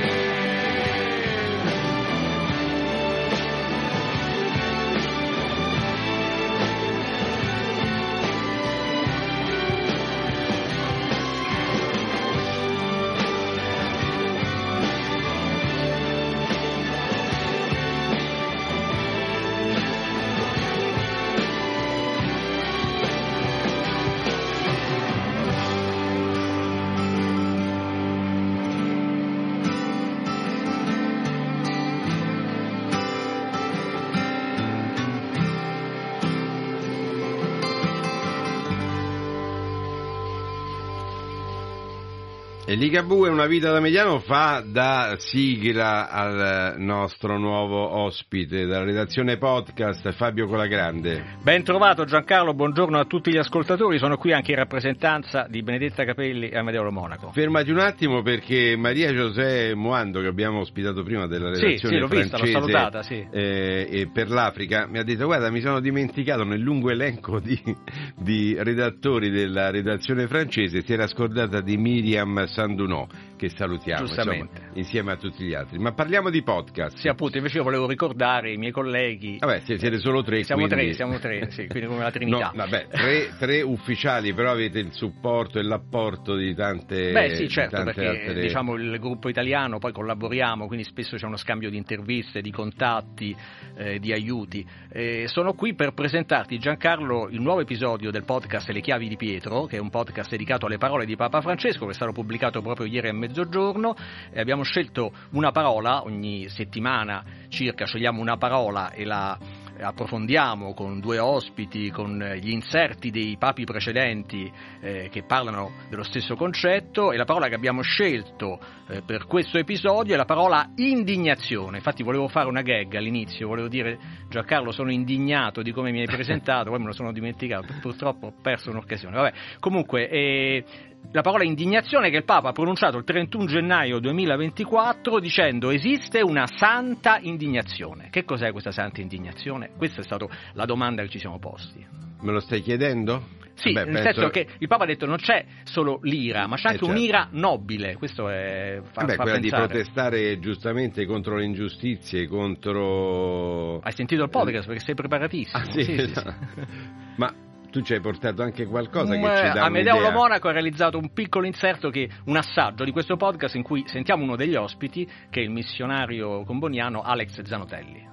E Ligabue, una vita da mediano, fa da sigla al nostro nuovo ospite dalla redazione podcast, Fabio Colagrande. Ben trovato Giancarlo, buongiorno a tutti gli ascoltatori, sono qui anche in rappresentanza di Benedetta Capelli e Amedeo Lo Monaco. Fermati un attimo perché Maria José Moando, che abbiamo ospitato prima della redazione sì, sì, l'ho francese, vista, l'ho salutata, sì. eh, e per l'Africa, mi ha detto guarda mi sono dimenticato nel lungo elenco di, di redattori della redazione francese, si era scordata di Miriam Sandunò, che salutiamo insomma, insieme a tutti gli altri. Ma parliamo di podcast. Sì, appunto, invece io volevo ricordare i miei colleghi. Vabbè, siete solo tre. Siamo quindi... tre, siamo tre, sì, quindi come la Trinità. No, vabbè, tre, tre ufficiali, però avete il supporto e l'apporto di tante. Beh, sì, certo, tante perché altre... diciamo il gruppo italiano, poi collaboriamo, quindi spesso c'è uno scambio di interviste, di contatti, eh, di aiuti. Eh, sono qui per presentarti, Giancarlo, il nuovo episodio del podcast Le chiavi di Pietro, che è un podcast dedicato alle parole di Papa Francesco, che è stato pubblicato proprio ieri a mezzogiorno. E abbiamo scelto una parola, ogni settimana circa scegliamo una parola e la approfondiamo con due ospiti, con gli inserti dei papi precedenti eh, che parlano dello stesso concetto, e la parola che abbiamo scelto eh, per questo episodio è la parola indignazione. Infatti volevo fare una gag all'inizio, volevo dire Giancarlo sono indignato di come mi hai presentato, poi me lo sono dimenticato, purtroppo ho perso un'occasione. Vabbè, comunque eh, la parola indignazione che il Papa ha pronunciato il trentuno gennaio duemilaventiquattro dicendo esiste una santa indignazione. Che cos'è questa santa indignazione? Questa è stata la domanda che ci siamo posti. Me lo stai chiedendo? Sì, Beh, nel penso... senso che il Papa ha detto non c'è solo l'ira, ma c'è anche eh, certo. un'ira nobile. Questo è fa, Beh, fa quella pensare. di protestare giustamente contro le ingiustizie, contro... Hai sentito il podcast perché sei preparatissimo. Ah, sì, sì, sì, sì. Ma tu ci hai portato anche qualcosa um, che ci dà Amedeo un'idea. Lo Monaco ha realizzato un piccolo inserto, che un assaggio di questo podcast in cui sentiamo uno degli ospiti, che è il missionario comboniano Alex Zanotelli.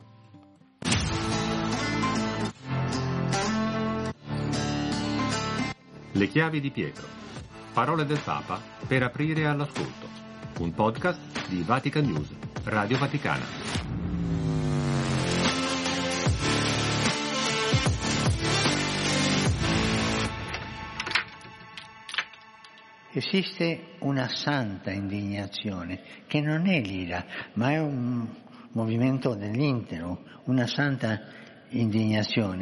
Le chiavi di Pietro. Parole del Papa per aprire all'ascolto. Un podcast di Vatican News, Radio Vaticana. Esiste una santa indignazione, che non è l'ira, ma è un movimento dell'intero, una santa indignazione.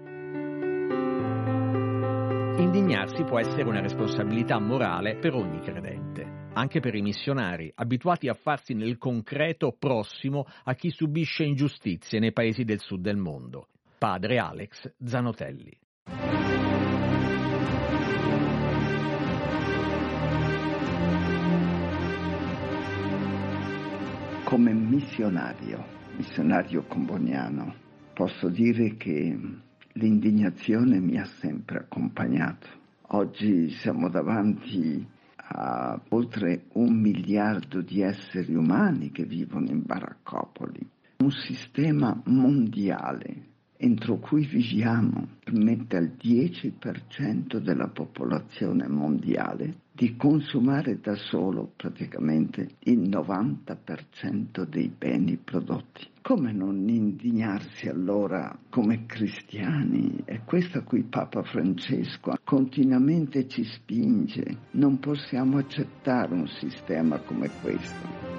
Indignarsi può essere una responsabilità morale per ogni credente, anche per i missionari, abituati a farsi nel concreto prossimo a chi subisce ingiustizie nei paesi del sud del mondo. Padre Alex Zanotelli. Come missionario, missionario comboniano, posso dire che l'indignazione mi ha sempre accompagnato. Oggi siamo davanti a oltre un miliardo di esseri umani che vivono in baraccopoli. Un sistema mondiale entro cui viviamo permette al dieci per cento della popolazione mondiale di consumare da solo praticamente il novanta per cento dei beni prodotti. Come non indignarsi allora come cristiani? È questo a cui Papa Francesco continuamente ci spinge. Non possiamo accettare un sistema come questo.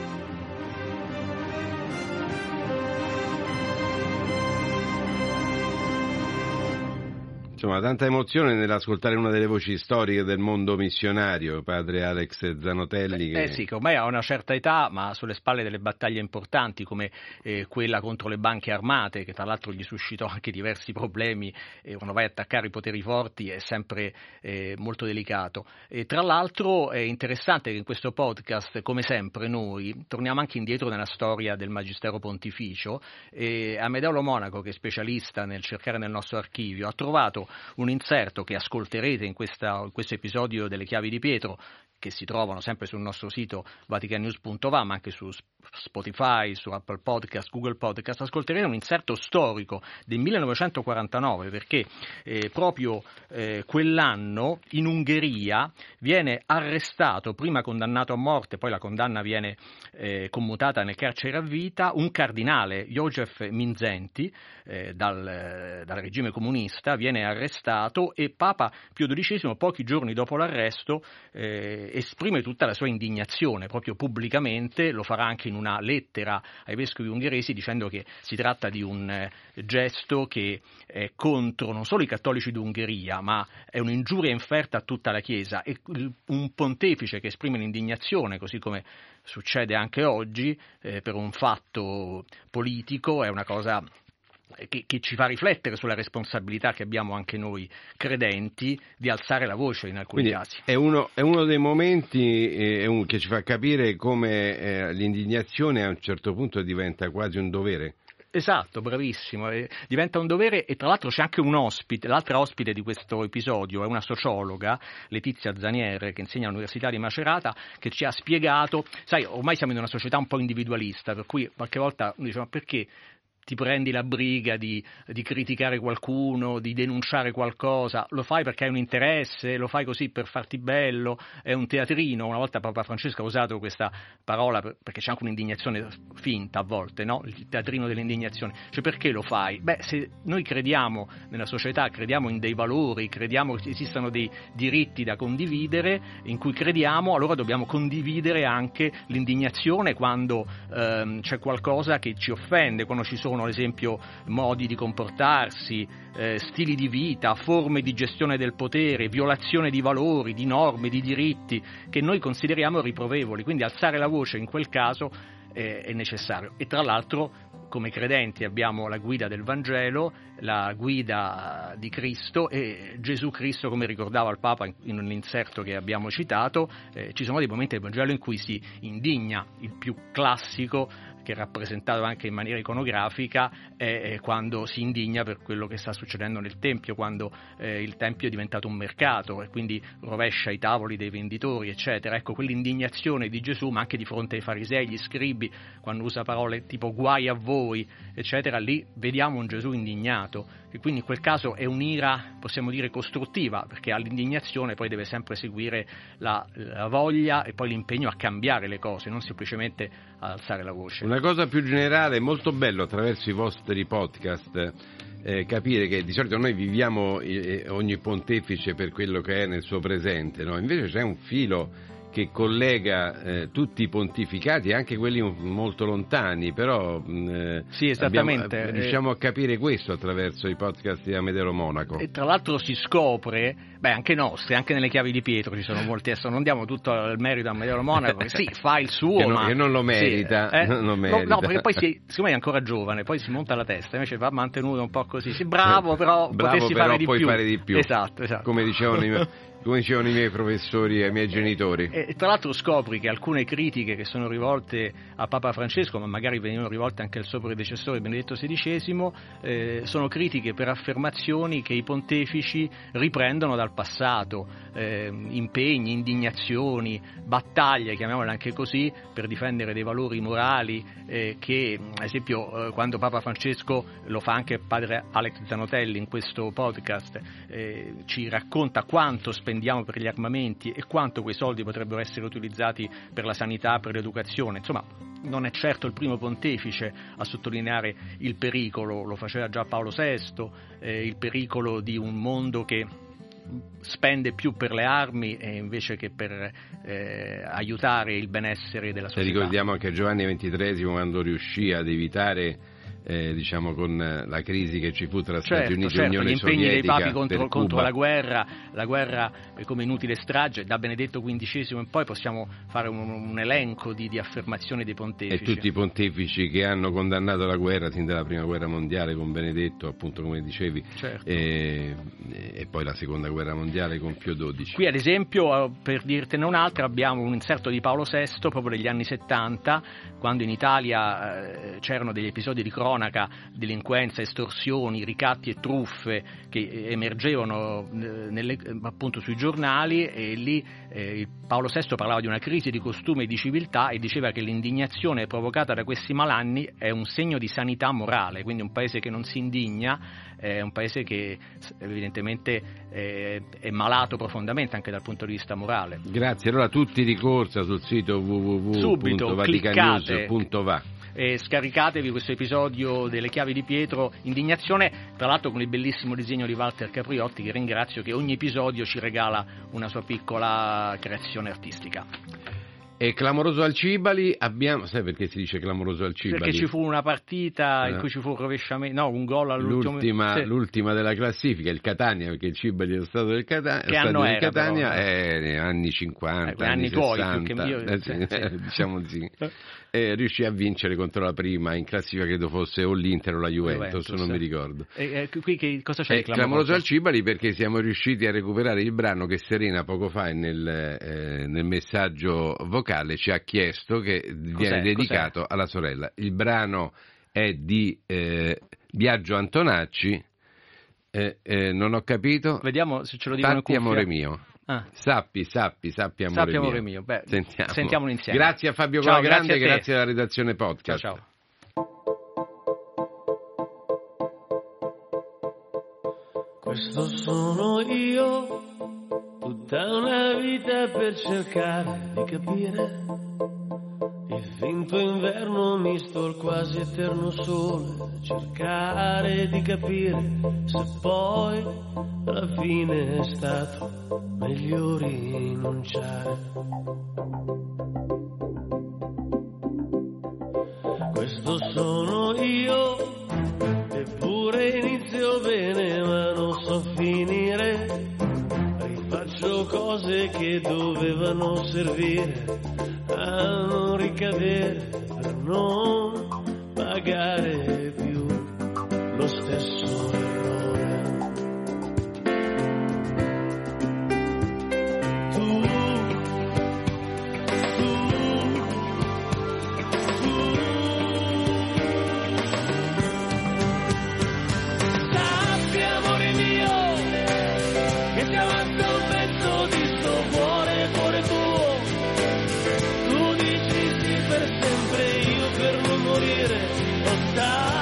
Insomma, tanta emozione nell'ascoltare una delle voci storiche del mondo missionario, padre Alex Zanotelli. Che... Eh sì, che ormai ha una certa età, ma sulle spalle delle battaglie importanti come eh, quella contro le banche armate, che tra l'altro gli suscitò anche diversi problemi, e quando vai a attaccare i poteri forti è sempre eh, molto delicato. E tra l'altro è interessante che in questo podcast, come sempre noi, torniamo anche indietro nella storia del Magistero Pontificio, e Amedeo Lo Monaco, che è specialista nel cercare nel nostro archivio, ha trovato un inserto che ascolterete in, questa, in questo episodio delle Chiavi di Pietro, che si trovano sempre sul nostro sito vatican news punto va, ma anche su Spotify, su Apple Podcast, Google Podcast. Ascolterete un inserto storico del millenovecentoquarantanove, perché eh, proprio eh, quell'anno in Ungheria viene arrestato, prima condannato a morte, poi la condanna viene eh, commutata nel carcere a vita, un cardinale, József Mindszenty, eh, dal, dal regime comunista, viene arrestato, e Papa Pio dodicesimo, pochi giorni dopo l'arresto, eh, esprime tutta la sua indignazione proprio pubblicamente. Lo farà anche in una lettera ai vescovi ungheresi, dicendo che si tratta di un eh, gesto che è contro non solo i cattolici d'Ungheria, ma è un'ingiuria inferta a tutta la Chiesa, e un pontefice che esprime l'indignazione, così come succede anche oggi, eh, per un fatto politico, è una cosa Che, che ci fa riflettere sulla responsabilità che abbiamo anche noi credenti di alzare la voce in alcuni Quindi casi. È uno, è uno dei momenti eh, un, che ci fa capire come eh, l'indignazione a un certo punto diventa quasi un dovere. Esatto, bravissimo, eh, diventa un dovere, e tra l'altro c'è anche un ospite, l'altra ospite di questo episodio è una sociologa, Letizia Zanier, che insegna all'Università di Macerata, che ci ha spiegato, sai, ormai siamo in una società un po' individualista, per cui qualche volta diciamo, perché ti prendi la briga di, di criticare qualcuno, di denunciare qualcosa? Lo fai perché hai un interesse? Lo fai così per farti bello? È un teatrino? Una volta Papa Francesco ha usato questa parola per, perché c'è anche un'indignazione finta a volte, no? Il teatrino dell'indignazione. Cioè, perché lo fai? Beh, se noi crediamo nella società, crediamo in dei valori, crediamo che esistano dei diritti da condividere, in cui crediamo, allora dobbiamo condividere anche l'indignazione quando ehm, c'è qualcosa che ci offende, quando ci sono ad esempio modi di comportarsi, eh, stili di vita, forme di gestione del potere, violazione di valori, di norme, di diritti che noi consideriamo riprovevoli. Quindi alzare la voce in quel caso eh, è necessario. E tra l'altro, come credenti, abbiamo la guida del Vangelo, la guida di Cristo, e Gesù Cristo, come ricordava il Papa in un inserto che abbiamo citato, eh, ci sono dei momenti del Vangelo in cui si indigna. Il più classico, che è rappresentato anche in maniera iconografica, è quando si indigna per quello che sta succedendo nel Tempio, quando eh, il Tempio è diventato un mercato e quindi rovescia i tavoli dei venditori, eccetera. Ecco, quell'indignazione di Gesù, ma anche di fronte ai farisei, agli scribi, quando usa parole tipo guai a voi, eccetera, lì vediamo un Gesù indignato, e quindi in quel caso è un'ira, possiamo dire, costruttiva, perché all'indignazione poi deve sempre seguire la, la voglia e poi l'impegno a cambiare le cose, non semplicemente ad alzare la voce. Una cosa più generale, è molto bello attraverso i vostri podcast eh, capire che di solito noi viviamo eh, ogni pontefice per quello che è nel suo presente, no? Invece c'è un filo che collega eh, tutti i pontificati, anche quelli molto lontani, però eh, sì, esattamente. Abbiamo, riusciamo a capire questo attraverso i podcast di Amedeo Lo Monaco. E tra l'altro si scopre, beh, anche nostri, anche nelle Chiavi di Pietro ci sono molti, adesso non diamo tutto il merito a Amedeo Lo Monaco, che sì, fa il suo, che non, ma... Che non lo merita, sì, eh? non lo merita. No, no, perché poi si, siccome è ancora giovane, poi si monta la testa, invece va mantenuto un po' così, sì, bravo, però bravo, potessi però fare di puoi più. fare di più. Esatto, esatto. Come dicevano i come dicevano i miei professori e i miei genitori. E, e tra l'altro scopri che alcune critiche che sono rivolte a Papa Francesco, ma magari venivano rivolte anche al suo predecessore Benedetto sedicesimo, eh, sono critiche per affermazioni che i pontefici riprendono dal passato, eh, impegni, indignazioni, battaglie, chiamiamole anche così, per difendere dei valori morali eh, che, ad esempio, eh, quando Papa Francesco, lo fa anche padre Alex Zanotelli in questo podcast, eh, ci racconta quanto spendeva spendiamo per gli armamenti e quanto quei soldi potrebbero essere utilizzati per la sanità, per l'educazione. Insomma, non è certo il primo pontefice a sottolineare il pericolo, lo faceva già Paolo sesto, eh, il pericolo di un mondo che spende più per le armi eh, invece che per eh, aiutare il benessere della società. E ricordiamo anche Giovanni ventitreesimo, quando riuscì ad evitare Eh, diciamo con la crisi che ci fu tra certo, Stati Uniti certo, e Unione gli impegni Sovietica dei papi contro, contro la guerra, la guerra come inutile strage, da Benedetto quindicesimo in poi possiamo fare un, un elenco di, di affermazioni dei pontefici. E tutti i pontefici che hanno condannato la guerra sin dalla prima guerra mondiale con Benedetto, appunto come dicevi, certo. e, e poi la seconda guerra mondiale con Pio dodici. Qui ad esempio, per dirtene un'altra, abbiamo un inserto di Paolo sesto proprio degli anni settanta, quando in Italia eh, c'erano degli episodi di cronaca, delinquenza, estorsioni, ricatti e truffe che emergevano nelle, appunto sui giornali, e lì eh, Paolo sesto parlava di una crisi di costume e di civiltà e diceva che l'indignazione provocata da questi malanni è un segno di sanità morale, quindi un paese che non si indigna è un paese che evidentemente è, è malato profondamente anche dal punto di vista morale. Grazie, allora tutti di corsa sul sito w w w punto vatican news punto va. E scaricatevi questo episodio delle chiavi di Pietro, Indignazione, tra l'altro con il bellissimo disegno di Walter Capriotti, che ringrazio, che ogni episodio ci regala una sua piccola creazione artistica. E clamoroso al Cibali abbiamo, sai perché si dice clamoroso al Cibali? Perché ci fu una partita in cui ci fu un rovesciamento, no, un gol all'ultimo, l'ultima, sì. l'ultima della classifica, il Catania, perché il Cibali è lo stato del Catania, che anno del era, Catania però, è anni cinquanta, eh, anni, anni tuoi, sessanta, più che mio, eh, sì, sì, sì. diciamo di sì. E riuscì a vincere contro la prima in classifica, credo fosse o l'Inter o la Juventus, Juventus non sì. mi ricordo. E, e qui che cosa c'è È di clamoroso? clamoroso al Cibali perché siamo riusciti a recuperare il brano che Serena poco fa nel, eh, nel messaggio vocale ci ha chiesto, che viene Cos'è? dedicato Cos'è? alla sorella. Il brano è di eh, Biagio Antonacci, eh, eh, non ho capito. Vediamo se ce lo dicono in Sappi cuffia. amore mio. Ah. Sappi, sappi, sappi amore Sappi, mio. amore mio. Beh, Sentiamo. sentiamolo insieme. Grazie a Fabio Ciao, Colagrande, grazie a te. grazie alla redazione podcast. Ciao, ciao. Questo sono io, tutta una vita per cercare di capire il finto inverno misto al quasi eterno sole, cercare di capire se poi alla fine è stato meglio rinunciare. Questo sono io, eppure inizio bene ma non so finire, rifaccio cose che dovevano servire a non ricadere, per non pagare più lo stesso errore. Tu, tu, tu, sappi amore mio che ti avanza un pezzo di sto cuore, cuore tuo. Tu dici sì per sempre, io per non morire ho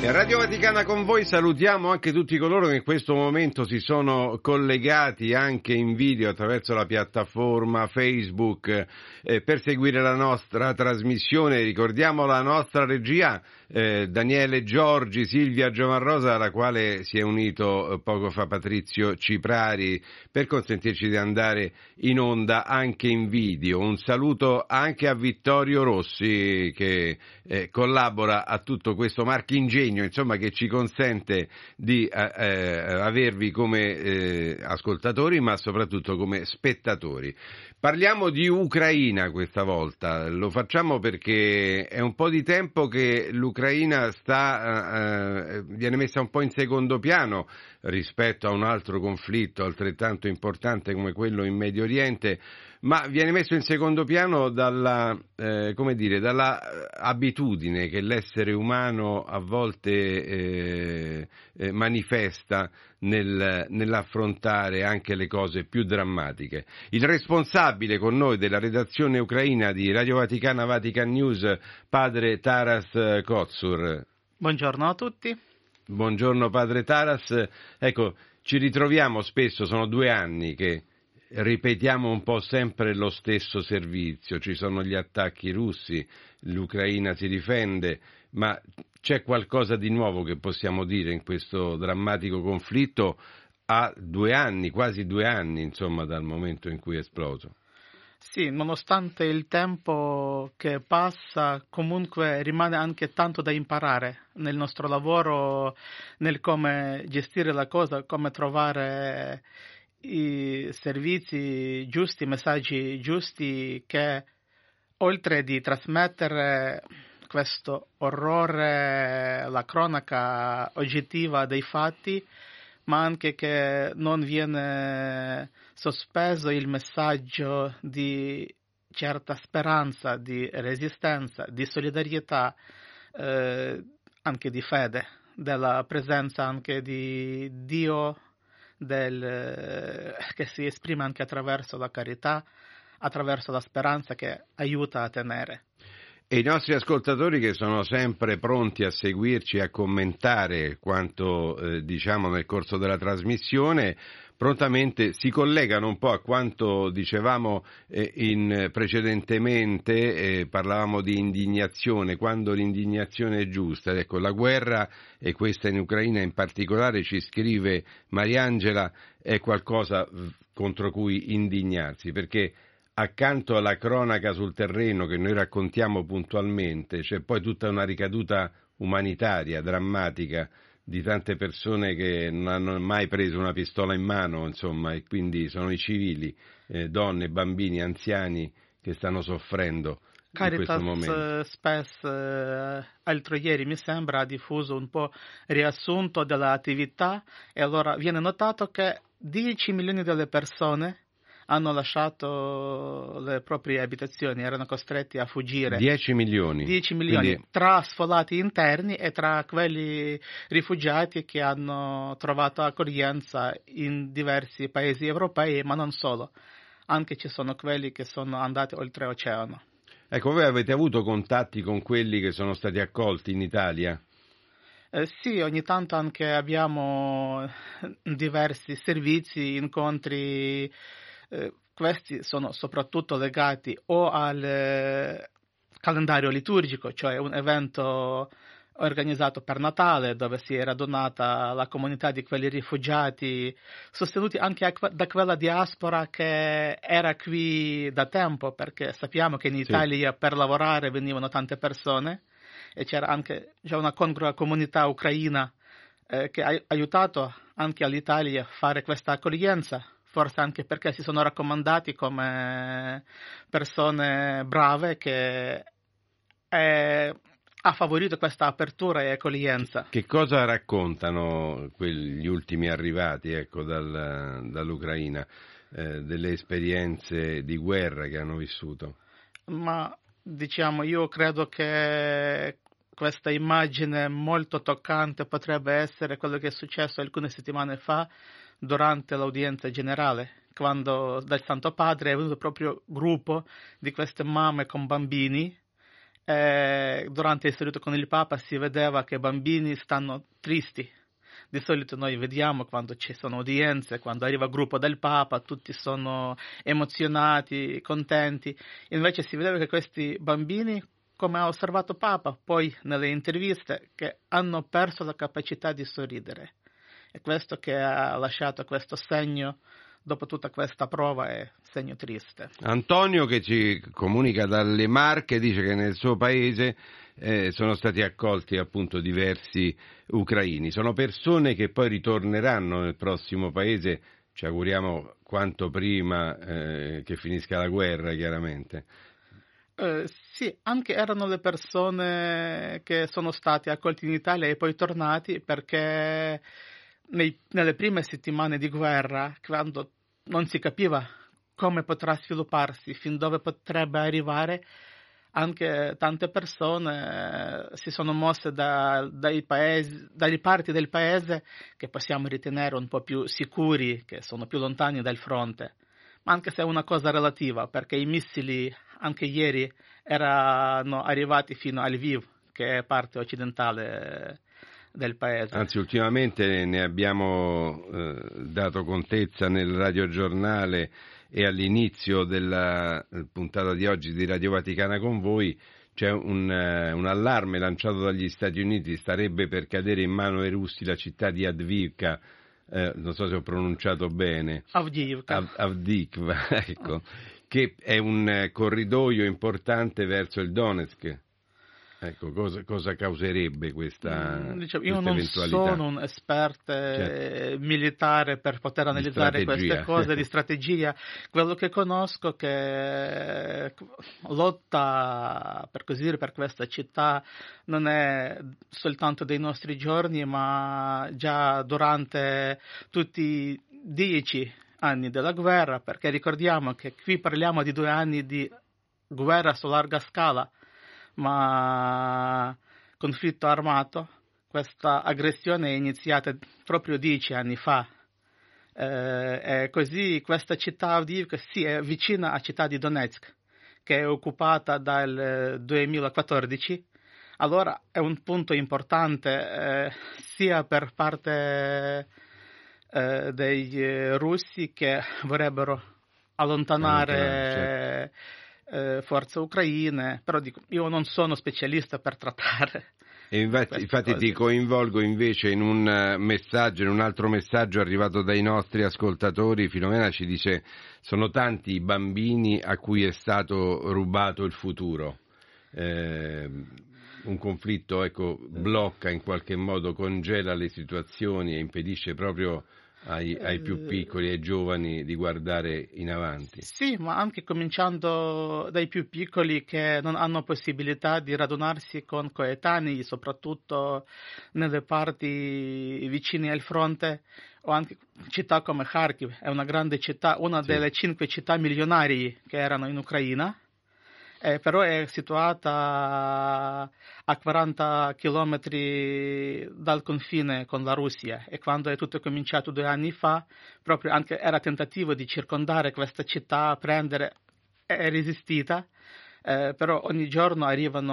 E a Radio Vaticana con voi salutiamo anche tutti coloro che in questo momento si sono collegati anche in video attraverso la piattaforma Facebook eh, per seguire la nostra trasmissione. Ricordiamo la nostra regia, eh, Daniele Giorgi, Silvia Giovanrosa, alla quale si è unito eh, poco fa Patrizio Ciprari, per consentirci di andare in onda anche in video. Un saluto anche a Vittorio Rossi che eh, collabora a tutto questo marchingegno, insomma, che ci consente di eh, eh, avervi come eh, ascoltatori, ma soprattutto come spettatori. Parliamo di Ucraina questa volta, lo facciamo perché è un po' di tempo che l'Ucraina sta, eh, viene messa un po' in secondo piano rispetto a un altro conflitto altrettanto importante come quello in Medio Oriente, ma viene messo in secondo piano dalla, eh, come dire, dalla abitudine che l'essere umano a volte eh, eh, manifesta nel, nell'affrontare anche le cose più drammatiche. Il responsabile con noi della redazione ucraina di Radio Vaticana Vatican News, padre Taras Kotsur. Buongiorno a tutti. Buongiorno padre Taras. Ecco, ci ritroviamo spesso, sono due anni che ripetiamo un po' sempre lo stesso servizio, ci sono gli attacchi russi, l'Ucraina si difende, ma c'è qualcosa di nuovo che possiamo dire in questo drammatico conflitto a due anni, quasi due anni, insomma, dal momento in cui è esploso? Sì, nonostante il tempo che passa, comunque rimane anche tanto da imparare nel nostro lavoro, nel come gestire la cosa, come trovare i servizi giusti, i messaggi giusti che, oltre di trasmettere questo orrore, la cronaca oggettiva dei fatti, ma anche che non viene sospeso il messaggio di certa speranza, di resistenza, di solidarietà, eh, anche di fede, della presenza anche di Dio, del, che si esprime anche attraverso la carità, attraverso la speranza che aiuta a tenere. E i nostri ascoltatori, che sono sempre pronti a seguirci e a commentare quanto eh, diciamo nel corso della trasmissione, prontamente si collegano un po' a quanto dicevamo eh, in, precedentemente, eh, parlavamo di indignazione, quando l'indignazione è giusta. Ecco, la guerra, e questa in Ucraina in particolare, ci scrive Mariangela, è qualcosa contro cui indignarsi, perché accanto alla cronaca sul terreno che noi raccontiamo puntualmente, c'è poi tutta una ricaduta umanitaria, drammatica, di tante persone che non hanno mai preso una pistola in mano, insomma, e quindi sono i civili, eh, donne, bambini, anziani, che stanno soffrendo in questo momento. Caritas Spes, eh, l'altro ieri mi sembra, ha diffuso un po' riassunto dell'attività, e allora viene notato che dieci milioni delle persone hanno lasciato le proprie abitazioni, erano costretti a fuggire. dieci milioni. dieci milioni, Quindi... tra sfollati interni e tra quelli rifugiati che hanno trovato accoglienza in diversi paesi europei, ma non solo. Anche ci sono quelli che sono andati oltreoceano. Ecco, voi avete avuto contatti con quelli che sono stati accolti in Italia? Eh, sì, ogni tanto anche abbiamo diversi servizi, incontri. Eh, questi sono soprattutto legati o al eh, calendario liturgico, cioè un evento organizzato per Natale, dove si è radunata la comunità di quelli rifugiati, sostenuti anche da quella diaspora che era qui da tempo, perché sappiamo che in Italia sì. per lavorare venivano tante persone, e c'era anche già una congrua comunità ucraina eh, che ha aiutato anche all'Italia a fare questa accoglienza. Forse anche perché si sono raccomandati come persone brave, che è, ha favorito questa apertura e accoglienza. Che cosa raccontano gli ultimi arrivati, ecco, dal, dall'Ucraina, eh, delle esperienze di guerra che hanno vissuto? Ma diciamo, io credo che questa immagine molto toccante potrebbe essere quello che è successo alcune settimane fa, durante l'udienza generale, quando dal Santo Padre è venuto proprio gruppo di queste mamme con bambini E durante il saluto con il Papa si vedeva che i bambini stanno tristi. Di solito noi vediamo quando ci sono udienze, quando arriva il gruppo del Papa, tutti sono emozionati, contenti. Invece si vedeva che questi bambini, come ha osservato Papa poi nelle interviste, che hanno perso la capacità di sorridere. E questo che ha lasciato questo segno dopo tutta questa prova è segno triste. Antonio, che ci comunica dalle Marche, dice che nel suo paese eh, sono stati accolti appunto diversi ucraini. Sono persone che poi ritorneranno nel prossimo paese, ci auguriamo quanto prima eh, che finisca la guerra, chiaramente. Eh, sì, anche erano le persone che sono stati accolti in Italia e poi tornati, perché nei, nelle prime settimane di guerra, quando non si capiva come potrà svilupparsi, fin dove potrebbe arrivare, anche tante persone si sono mosse da, dai paesi, dalle parti del paese che possiamo ritenere un po' più sicuri, che sono più lontani dal fronte. Ma anche se è una cosa relativa, perché i missili anche ieri erano arrivati fino a Lviv, che è parte occidentale del paese. Anzi, ultimamente ne abbiamo eh, dato contezza nel radiogiornale e all'inizio della puntata di oggi di Radio Vaticana con voi. C'è un, uh, un allarme lanciato dagli Stati Uniti: starebbe per cadere in mano ai russi la città di Avdiivka, eh, non so se ho pronunciato bene, Avdiivka, Av- Avdiivka ecco, che è un uh, corridoio importante verso il Donetsk. Ecco, cosa, cosa causerebbe questa, mm, diciamo, io questa non eventualità? sono un esperto certo. militare per poter analizzare queste cose di strategia. Quello che conosco che lotta, per così dire, per questa città non è soltanto dei nostri giorni, ma già durante tutti i dieci anni della guerra, perché ricordiamo che qui parliamo di due anni di guerra su larga scala, ma conflitto armato. Questa aggressione è iniziata proprio dieci anni fa, eh, e così questa città Avdiivka sì, è vicina a città di Donetsk, che è occupata dal duemilaquattordici. Allora è un punto importante eh, sia per parte eh, dei russi, che vorrebbero allontanare certo. Eh, forze ucraine, però dico, io non sono specialista per trattare. E infatti, infatti ti coinvolgo invece in un messaggio, in un altro messaggio arrivato dai nostri ascoltatori. Filomena ci dice: sono tanti i bambini a cui è stato rubato il futuro. Eh, un conflitto, ecco, blocca in qualche modo, congela le situazioni e impedisce proprio Ai, ai più piccoli, ai giovani, di guardare in avanti. Sì, ma anche cominciando dai più piccoli, che non hanno possibilità di radunarsi con coetanei, soprattutto nelle parti vicine al fronte, o anche città come Kharkiv, è una grande città, una sì. delle cinque città milionarie che erano in Ucraina. Eh, però è situata a quaranta chilometri dal confine con la Russia, e quando è tutto cominciato due anni fa, proprio anche era tentativo di circondare questa città, prendere, è resistita, eh, però ogni giorno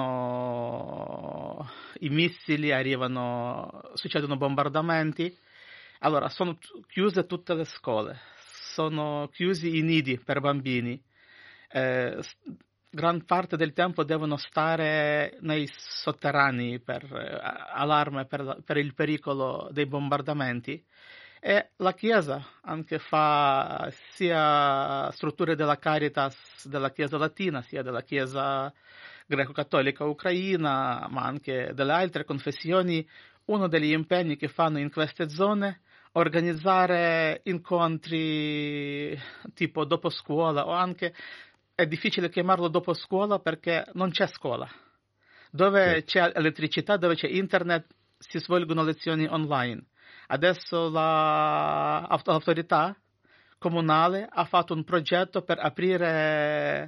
arrivano i missili, arrivano, succedono bombardamenti. Allora sono chiuse tutte le scuole, sono chiusi i nidi per bambini, eh, gran parte del tempo devono stare nei sotterranei per eh, allarme per, per il pericolo dei bombardamenti. E la Chiesa anche fa sia strutture della Caritas della Chiesa latina, sia della Chiesa greco-cattolica ucraina, ma anche delle altre confessioni. Uno degli impegni che fanno in queste zone è organizzare incontri tipo dopo scuola, o anche, è difficile chiamarlo dopo scuola perché non c'è scuola. Dove sì. c'è elettricità, dove c'è internet, si svolgono lezioni online. Adesso la, l'autorità comunale ha fatto un progetto per aprire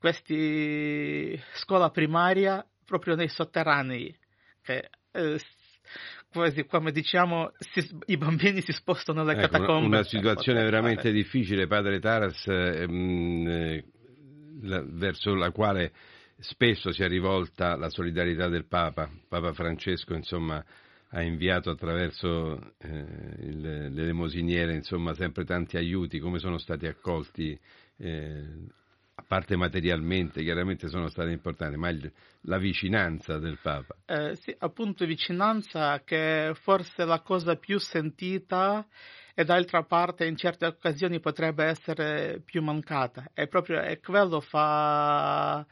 queste scuola primaria proprio nei sotterranei, che eh, quasi, come diciamo, si, i bambini si spostano nelle ecco, catacombe. Una situazione veramente fare. difficile, padre Taras, ehm, eh, la, verso la quale spesso si è rivolta la solidarietà del Papa. Papa Francesco, insomma, ha inviato attraverso eh, il, le elemosiniere, insomma, sempre tanti aiuti. Come sono stati accolti, eh, a parte materialmente, chiaramente sono stati importanti, ma il, la vicinanza del Papa. Eh, sì, appunto vicinanza che forse è la cosa più sentita e d'altra parte in certe occasioni potrebbe essere più mancata. E proprio e quello fa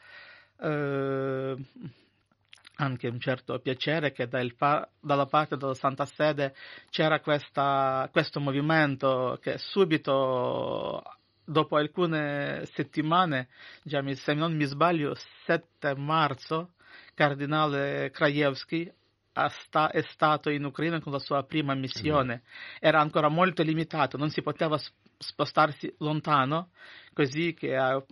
eh, anche un certo piacere che dal pa- dalla parte della Santa Sede c'era questa, questo movimento che subito, dopo alcune settimane, già mi, se non mi sbaglio, sette marzo, Cardinale Krajewski sta, è stato in Ucraina con la sua prima missione. Era ancora molto limitato, non si poteva spostarsi lontano, così che è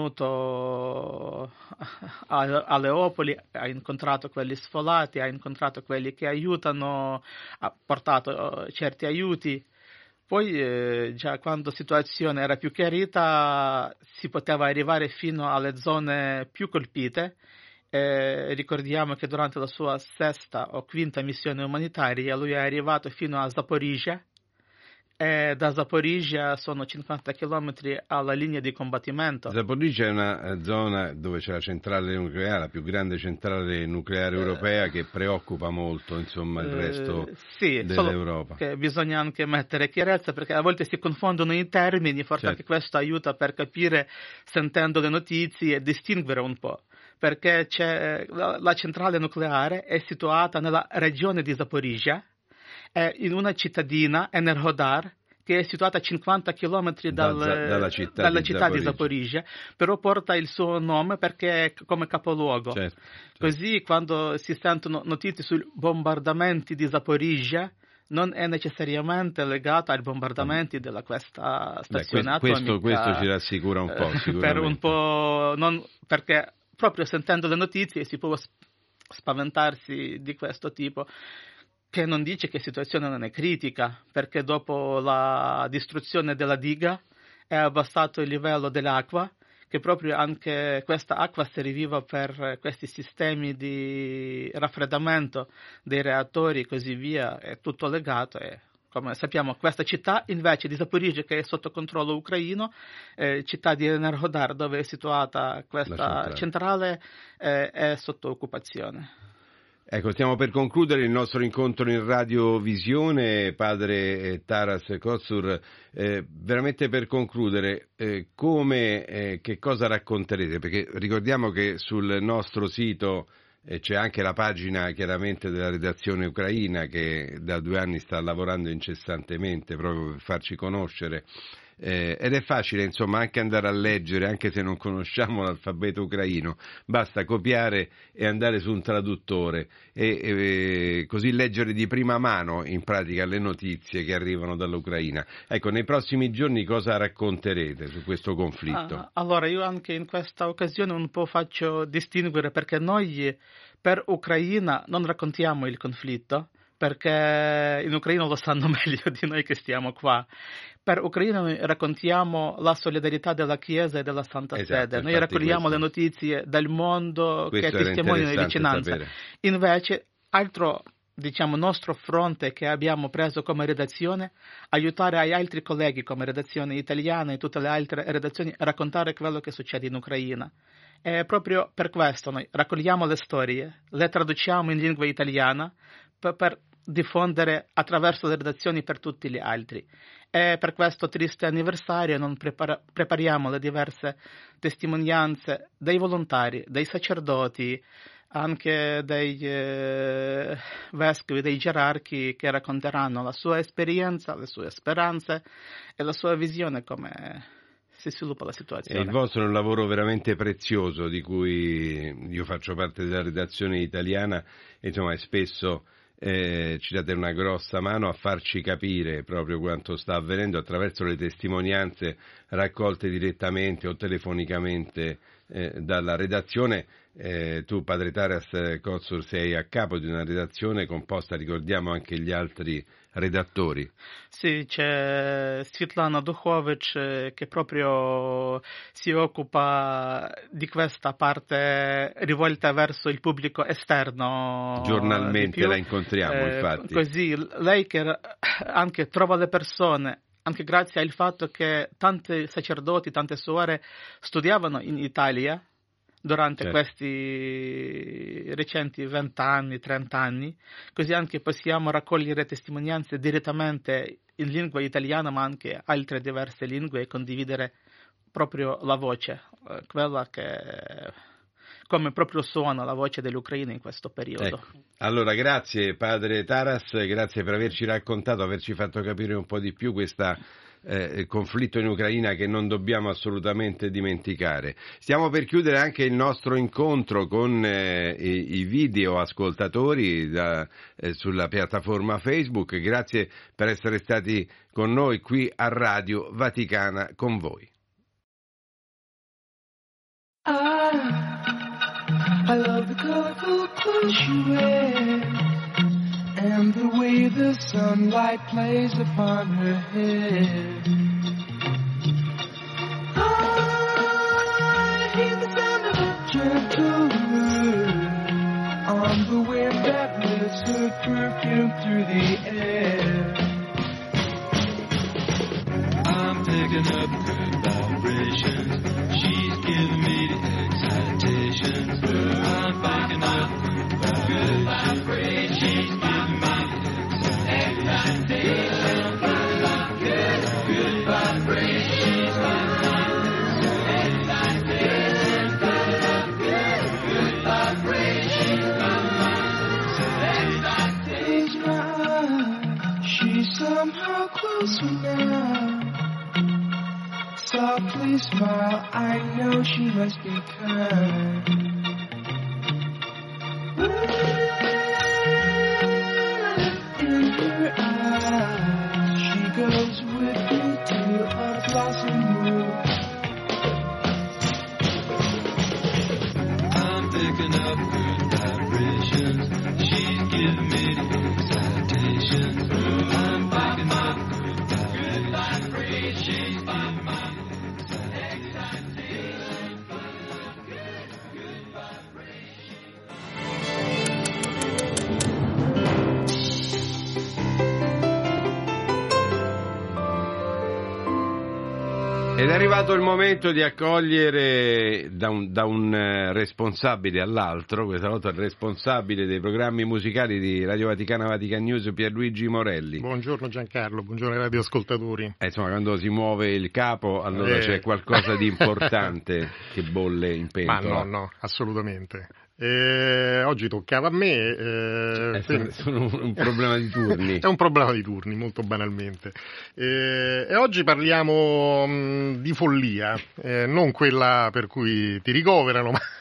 venuto a, a Leopoli, ha incontrato quelli sfolati, ha incontrato quelli che aiutano, ha portato certi aiuti. Poi eh, già quando la situazione era più chiarita si poteva arrivare fino alle zone più colpite. Eh, ricordiamo che durante la sua sesta o quinta missione umanitaria lui è arrivato fino a Zaporizhia, e da Zaporizhia sono cinquanta chilometri alla linea di combattimento. Zaporizhia è una zona dove c'è la centrale nucleare, la più grande centrale nucleare europea, che preoccupa molto, insomma, il resto eh, sì, dell'Europa. Che bisogna anche mettere chiarezza, perché a volte si confondono i termini, forse certo. Anche questo aiuta per capire, sentendo le notizie, e distinguere un po'. Perché c'è la, la centrale nucleare è situata nella regione di Zaporizhia, è in una cittadina, Enerhodar, che è situata a cinquanta chilometri dal, da, dalla città, dalla di, città Zaporizhia. di Zaporizhia, però porta il suo nome perché è come capoluogo. Certo, certo. Così quando si sentono notizie sui bombardamenti di Zaporizhia, non è necessariamente legata ai bombardamenti mm. della questa stazione Beh, questo, atomica. Questo ci rassicura un po', sicuramente. Per un po', non, perché proprio sentendo le notizie si può spaventarsi di questo tipo, che non dice che la situazione non è critica, perché dopo la distruzione della diga è abbassato il livello dell'acqua, che proprio anche questa acqua serviva per questi sistemi di raffreddamento dei reattori e così via, è tutto legato. E come sappiamo, questa città invece di Zaporizhia, che è sotto controllo ucraino, eh, città di Enerhodar, dove è situata questa centrale, centrale eh, è sotto occupazione. Ecco, stiamo per concludere il nostro incontro in radiovisione, padre Taras Kosur. Eh, veramente per concludere, eh, come, eh, che cosa racconterete? Perché ricordiamo che sul nostro sito eh, c'è anche la pagina chiaramente della redazione ucraina, che da due anni sta lavorando incessantemente proprio per farci conoscere. Eh, ed è facile, insomma, anche andare a leggere, anche se non conosciamo l'alfabeto ucraino, basta copiare e andare su un traduttore e, e così leggere di prima mano in pratica le notizie che arrivano dall'Ucraina. Ecco, nei prossimi giorni cosa racconterete su questo conflitto? Ah, allora, io anche in questa occasione un po' faccio distinguere, perché noi per Ucraina non raccontiamo il conflitto, perché in Ucraina lo sanno meglio di noi che stiamo qua. Per Ucraina noi raccontiamo la solidarietà della Chiesa e della Santa esatto, Sede, noi raccogliamo questo, le notizie del mondo che testimoniano di vicinanza. Sapere. Invece, altro diciamo nostro fronte che abbiamo preso come redazione, aiutare agli altri colleghi come redazione italiana e tutte le altre redazioni a raccontare quello che succede in Ucraina. E proprio per questo noi raccogliamo le storie, le traduciamo in lingua italiana per, per diffondere attraverso le redazioni per tutti gli altri. E per questo triste anniversario non prepara- prepariamo le diverse testimonianze dei volontari, dei sacerdoti, anche dei eh, vescovi, dei gerarchi, che racconteranno la sua esperienza, le sue speranze e la sua visione come si sviluppa la situazione. E il vostro è un lavoro veramente prezioso, di cui io faccio parte della redazione italiana, e insomma è spesso Eh, ci date una grossa mano a farci capire proprio quanto sta avvenendo attraverso le testimonianze raccolte direttamente o telefonicamente eh, dalla redazione. Eh, tu, padre Taras Kotsur, sei a capo di una redazione composta, ricordiamo anche gli altri redattori. Sì, c'è Svetlana Duchovic che proprio si occupa di questa parte rivolta verso il pubblico esterno. Giornalmente la incontriamo, eh, infatti. Così lei che anche trova le persone, anche grazie al fatto che tanti sacerdoti, tante suore studiavano in Italia durante certo. questi recenti vent'anni, trent'anni, così anche possiamo raccogliere testimonianze direttamente in lingua italiana, ma anche altre diverse lingue, e condividere proprio la voce, quella che come proprio suona la voce dell'Ucraina in questo periodo. Ecco. Allora, grazie padre Taras, grazie per averci raccontato, averci fatto capire un po' di più questa Eh, conflitto in Ucraina che non dobbiamo assolutamente dimenticare. Stiamo per chiudere anche il nostro incontro con eh, i, i video ascoltatori da, eh, sulla piattaforma Facebook. Grazie per essere stati con noi qui a Radio Vaticana con voi. I, I love the colorful clothes you wear and the way the sunlight plays upon her head. I hear the sound of a gentle word on the wind that lifts her perfume through the air. I'm picking up good vibrations. She's giving me the excitations. I'm picking up good vibrations. She's giving me the excitations. Good, good vibrations. Excitations. Good, good vibrations. Close my eyes. She's somehow closer now. Softly smile, I know she must be kind. In her eyes, she goes with me to a blossom wood. I'm picking up good vibrations. She's giving me the excitations. I'm picking up good vibrations. Ed è arrivato il momento di accogliere da un, da un eh, responsabile all'altro, questa volta il responsabile dei programmi musicali di Radio Vaticana Vatican News, Pierluigi Morelli. Buongiorno Giancarlo, buongiorno ai radioascoltatori. Eh, insomma, quando si muove il capo, allora eh. c'è qualcosa di importante che bolle in pentola. Ma no, no, assolutamente. Eh, oggi toccava a me. Eh, è per... un, un problema di turni. È un problema di turni, molto banalmente. Eh, e oggi parliamo mh, di follia, eh, non quella per cui ti ricoverano, ma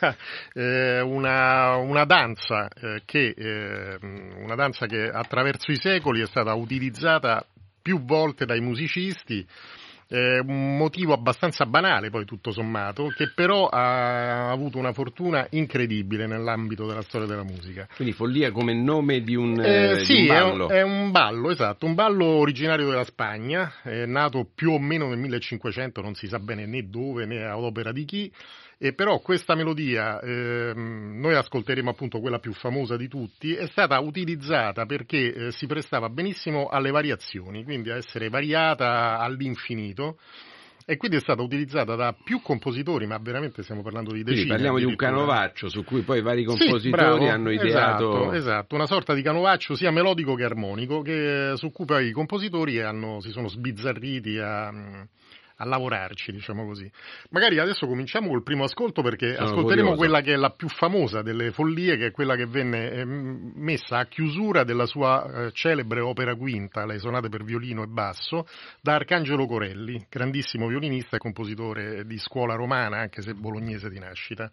eh, una, una danza eh, che eh, una danza che attraverso i secoli è stata utilizzata più volte dai musicisti. Eh, un motivo abbastanza banale, poi tutto sommato, che però ha avuto una fortuna incredibile nell'ambito della storia della musica. Quindi follia come nome di un, eh, eh, sì, di un ballo? È un, è un ballo, esatto, un ballo originario della Spagna, è nato più o meno nel millecinquecento, non si sa bene né dove né ad opera di chi. E però questa melodia, ehm, noi ascolteremo appunto quella più famosa di tutti, è stata utilizzata perché eh, si prestava benissimo alle variazioni, quindi a essere variata all'infinito, e quindi è stata utilizzata da più compositori, ma veramente stiamo parlando di decine. Quindi parliamo di un canovaccio su cui poi vari compositori sì, bravo, hanno ideato... Esatto, esatto, una sorta di canovaccio sia melodico che armonico, che, su cui poi i compositori hanno, si sono sbizzarriti a... a lavorarci, diciamo così. Magari adesso cominciamo col primo ascolto, perché Sono ascolteremo curioso. quella che è la più famosa delle follie, che è quella che venne eh, messa a chiusura della sua eh, celebre opera quinta, le sonate per violino e basso, da Arcangelo Corelli, grandissimo violinista e compositore di scuola romana, anche se bolognese di nascita.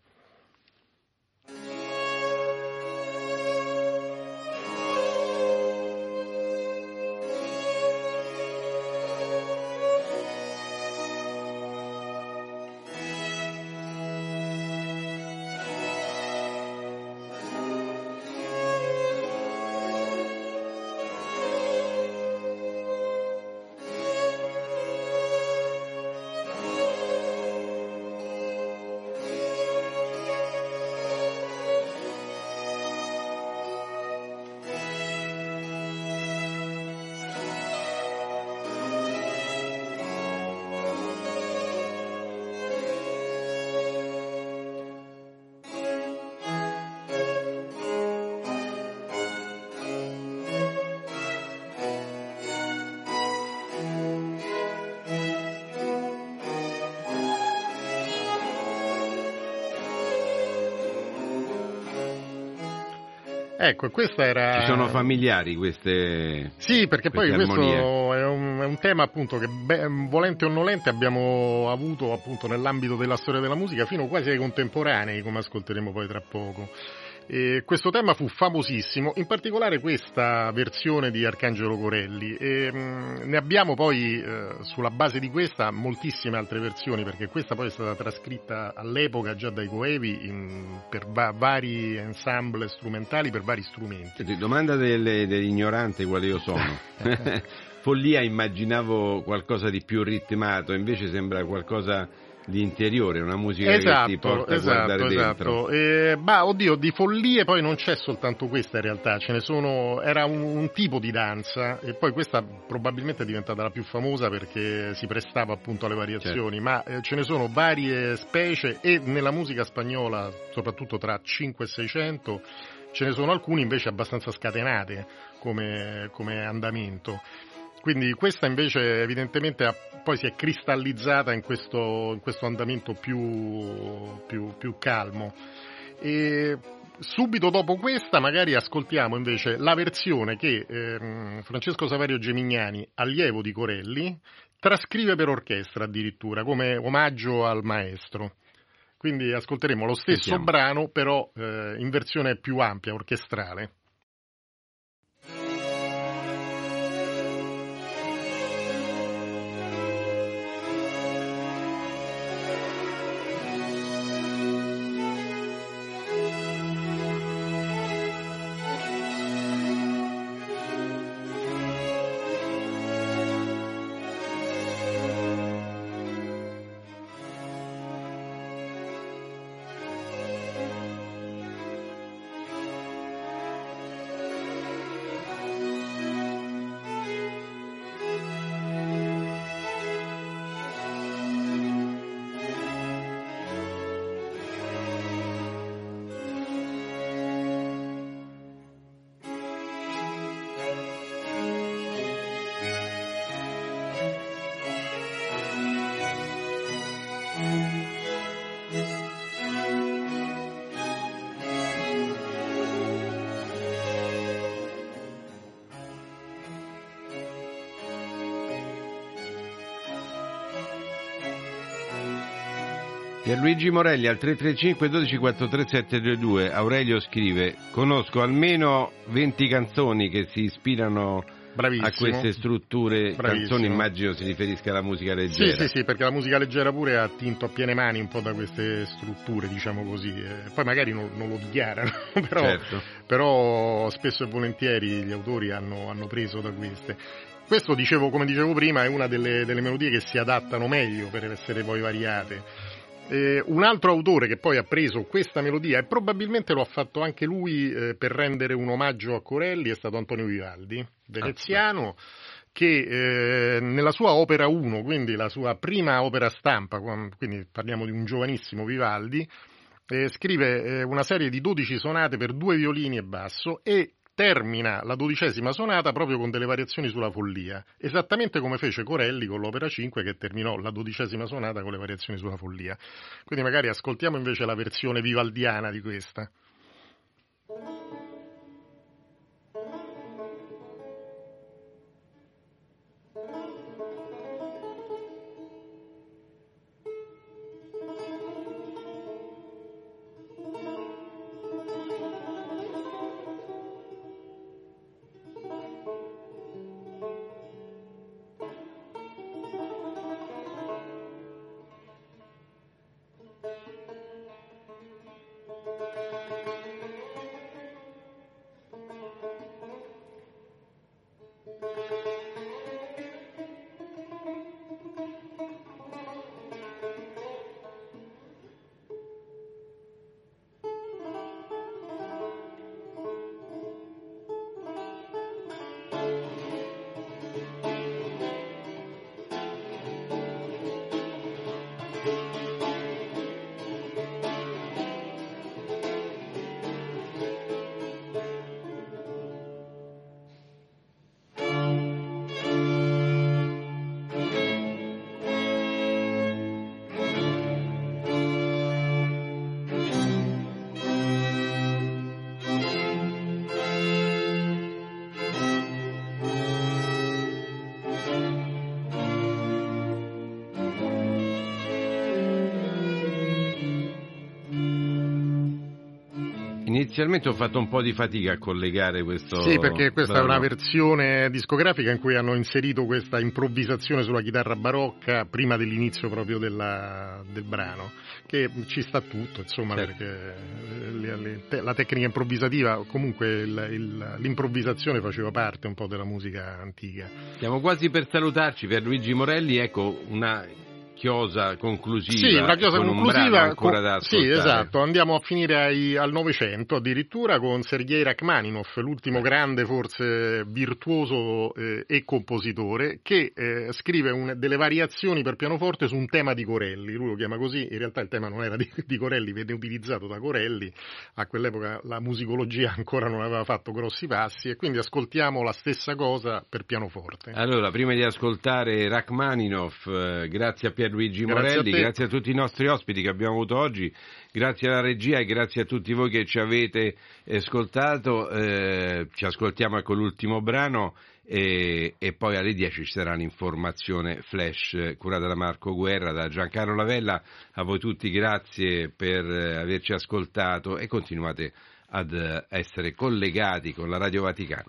Ecco, questa era... Ci sono familiari queste... Sì, perché poi questo è un, è un tema appunto che, beh, volente o nolente, abbiamo avuto appunto nell'ambito della storia della musica fino quasi ai contemporanei, come ascolteremo poi tra poco. E questo tema fu famosissimo, in particolare questa versione di Arcangelo Corelli, e mh, ne abbiamo poi eh, sulla base di questa moltissime altre versioni, perché questa poi è stata trascritta all'epoca già dai Coevi in, per va- vari ensemble strumentali, per vari strumenti. Senti, domanda delle, dell'ignorante quale io sono. Follia, immaginavo qualcosa di più ritmato, invece sembra qualcosa di interiore, una musica esatto, che ti porta esatto, a guardare esatto. dentro. Eh, ma oddio, di follie poi non c'è soltanto questa in realtà, ce ne sono, era un, un tipo di danza e poi questa probabilmente è diventata la più famosa perché si prestava appunto alle variazioni, certo. ma eh, ce ne sono varie specie e nella musica spagnola, soprattutto tra cinque e seicento, ce ne sono alcune invece abbastanza scatenate come, come andamento. Quindi questa invece evidentemente ha, poi si è cristallizzata in questo, in questo andamento più, più, più calmo. E subito dopo questa magari ascoltiamo invece la versione che eh, Francesco Saverio Gemignani, allievo di Corelli, trascrive per orchestra addirittura, come omaggio al maestro. Quindi ascolteremo lo stesso Sentiamo. brano però eh, in versione più ampia, orchestrale. Pierluigi Morelli al tre tre cinque dodici quattro tre sette due due. Aurelio scrive: conosco almeno venti canzoni che si ispirano Bravissimo. a queste strutture. Bravissimo. Canzoni, immagino si riferisca alla musica leggera. Sì, sì, sì, perché la musica leggera pure ha attinto a piene mani un po' da queste strutture, diciamo così. Eh, poi magari non, non lo dichiarano, però, certo. però spesso e volentieri gli autori hanno, hanno preso da queste. Questo, dicevo, come dicevo prima, è una delle, delle melodie che si adattano meglio per essere poi variate. Eh, un altro autore che poi ha preso questa melodia e probabilmente lo ha fatto anche lui eh, per rendere un omaggio a Corelli è stato Antonio Vivaldi, veneziano, ah, che eh, nella sua opera uno, quindi la sua prima opera stampa, quindi parliamo di un giovanissimo Vivaldi, eh, scrive eh, una serie di dodici sonate per due violini e basso e termina la dodicesima sonata proprio con delle variazioni sulla follia, esattamente come fece Corelli con l'opera cinque che terminò la dodicesima sonata con le variazioni sulla follia. Quindi magari ascoltiamo invece la versione vivaldiana di questa. Inizialmente ho fatto un po' di fatica a collegare questo. Sì, perché questa brano. è una versione discografica in cui hanno inserito questa improvvisazione sulla chitarra barocca prima dell'inizio proprio della, del brano, che ci sta tutto, insomma, certo. Perché le, le, te, la tecnica improvvisativa, comunque il, il, l'improvvisazione faceva parte un po' della musica antica. Stiamo quasi per salutarci. Pierluigi Morelli, ecco una chiosa conclusiva. Sì, una chiosa con conclusiva. Un brano ancora da sì, ascoltare. esatto. Andiamo a finire ai, al Novecento addirittura con Sergei Rachmaninoff, l'ultimo grande, forse virtuoso eh, e compositore, che eh, scrive un, delle variazioni per pianoforte su un tema di Corelli. Lui lo chiama così, in realtà il tema non era di, di Corelli, venne utilizzato da Corelli. A quell'epoca la musicologia ancora non aveva fatto grossi passi e quindi ascoltiamo la stessa cosa per pianoforte. Allora, prima di ascoltare Rachmaninoff, eh, grazie a Pierluigi Morelli, grazie a, grazie a tutti i nostri ospiti che abbiamo avuto oggi, grazie alla regia e grazie a tutti voi che ci avete ascoltato. Eh, ci ascoltiamo con l'ultimo brano e, e poi alle dieci ci sarà l'informazione flash curata da Marco Guerra, da Giancarlo Lavella. A voi tutti grazie per averci ascoltato e continuate ad essere collegati con la Radio Vaticana.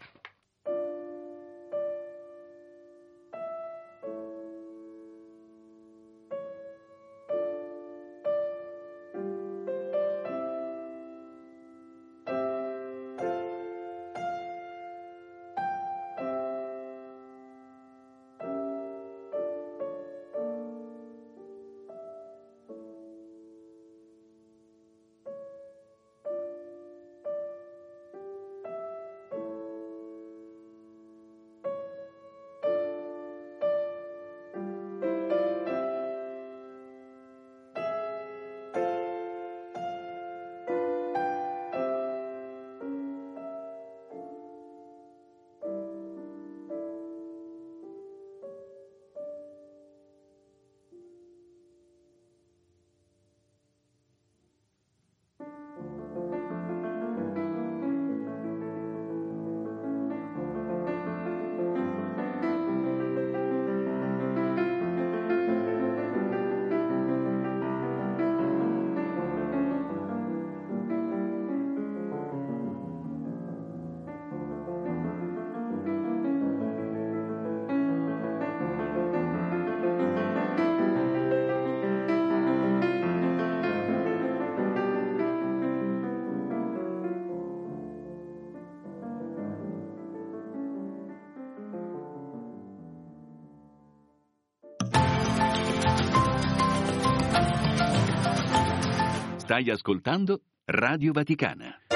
Stai ascoltando Radio Vaticana.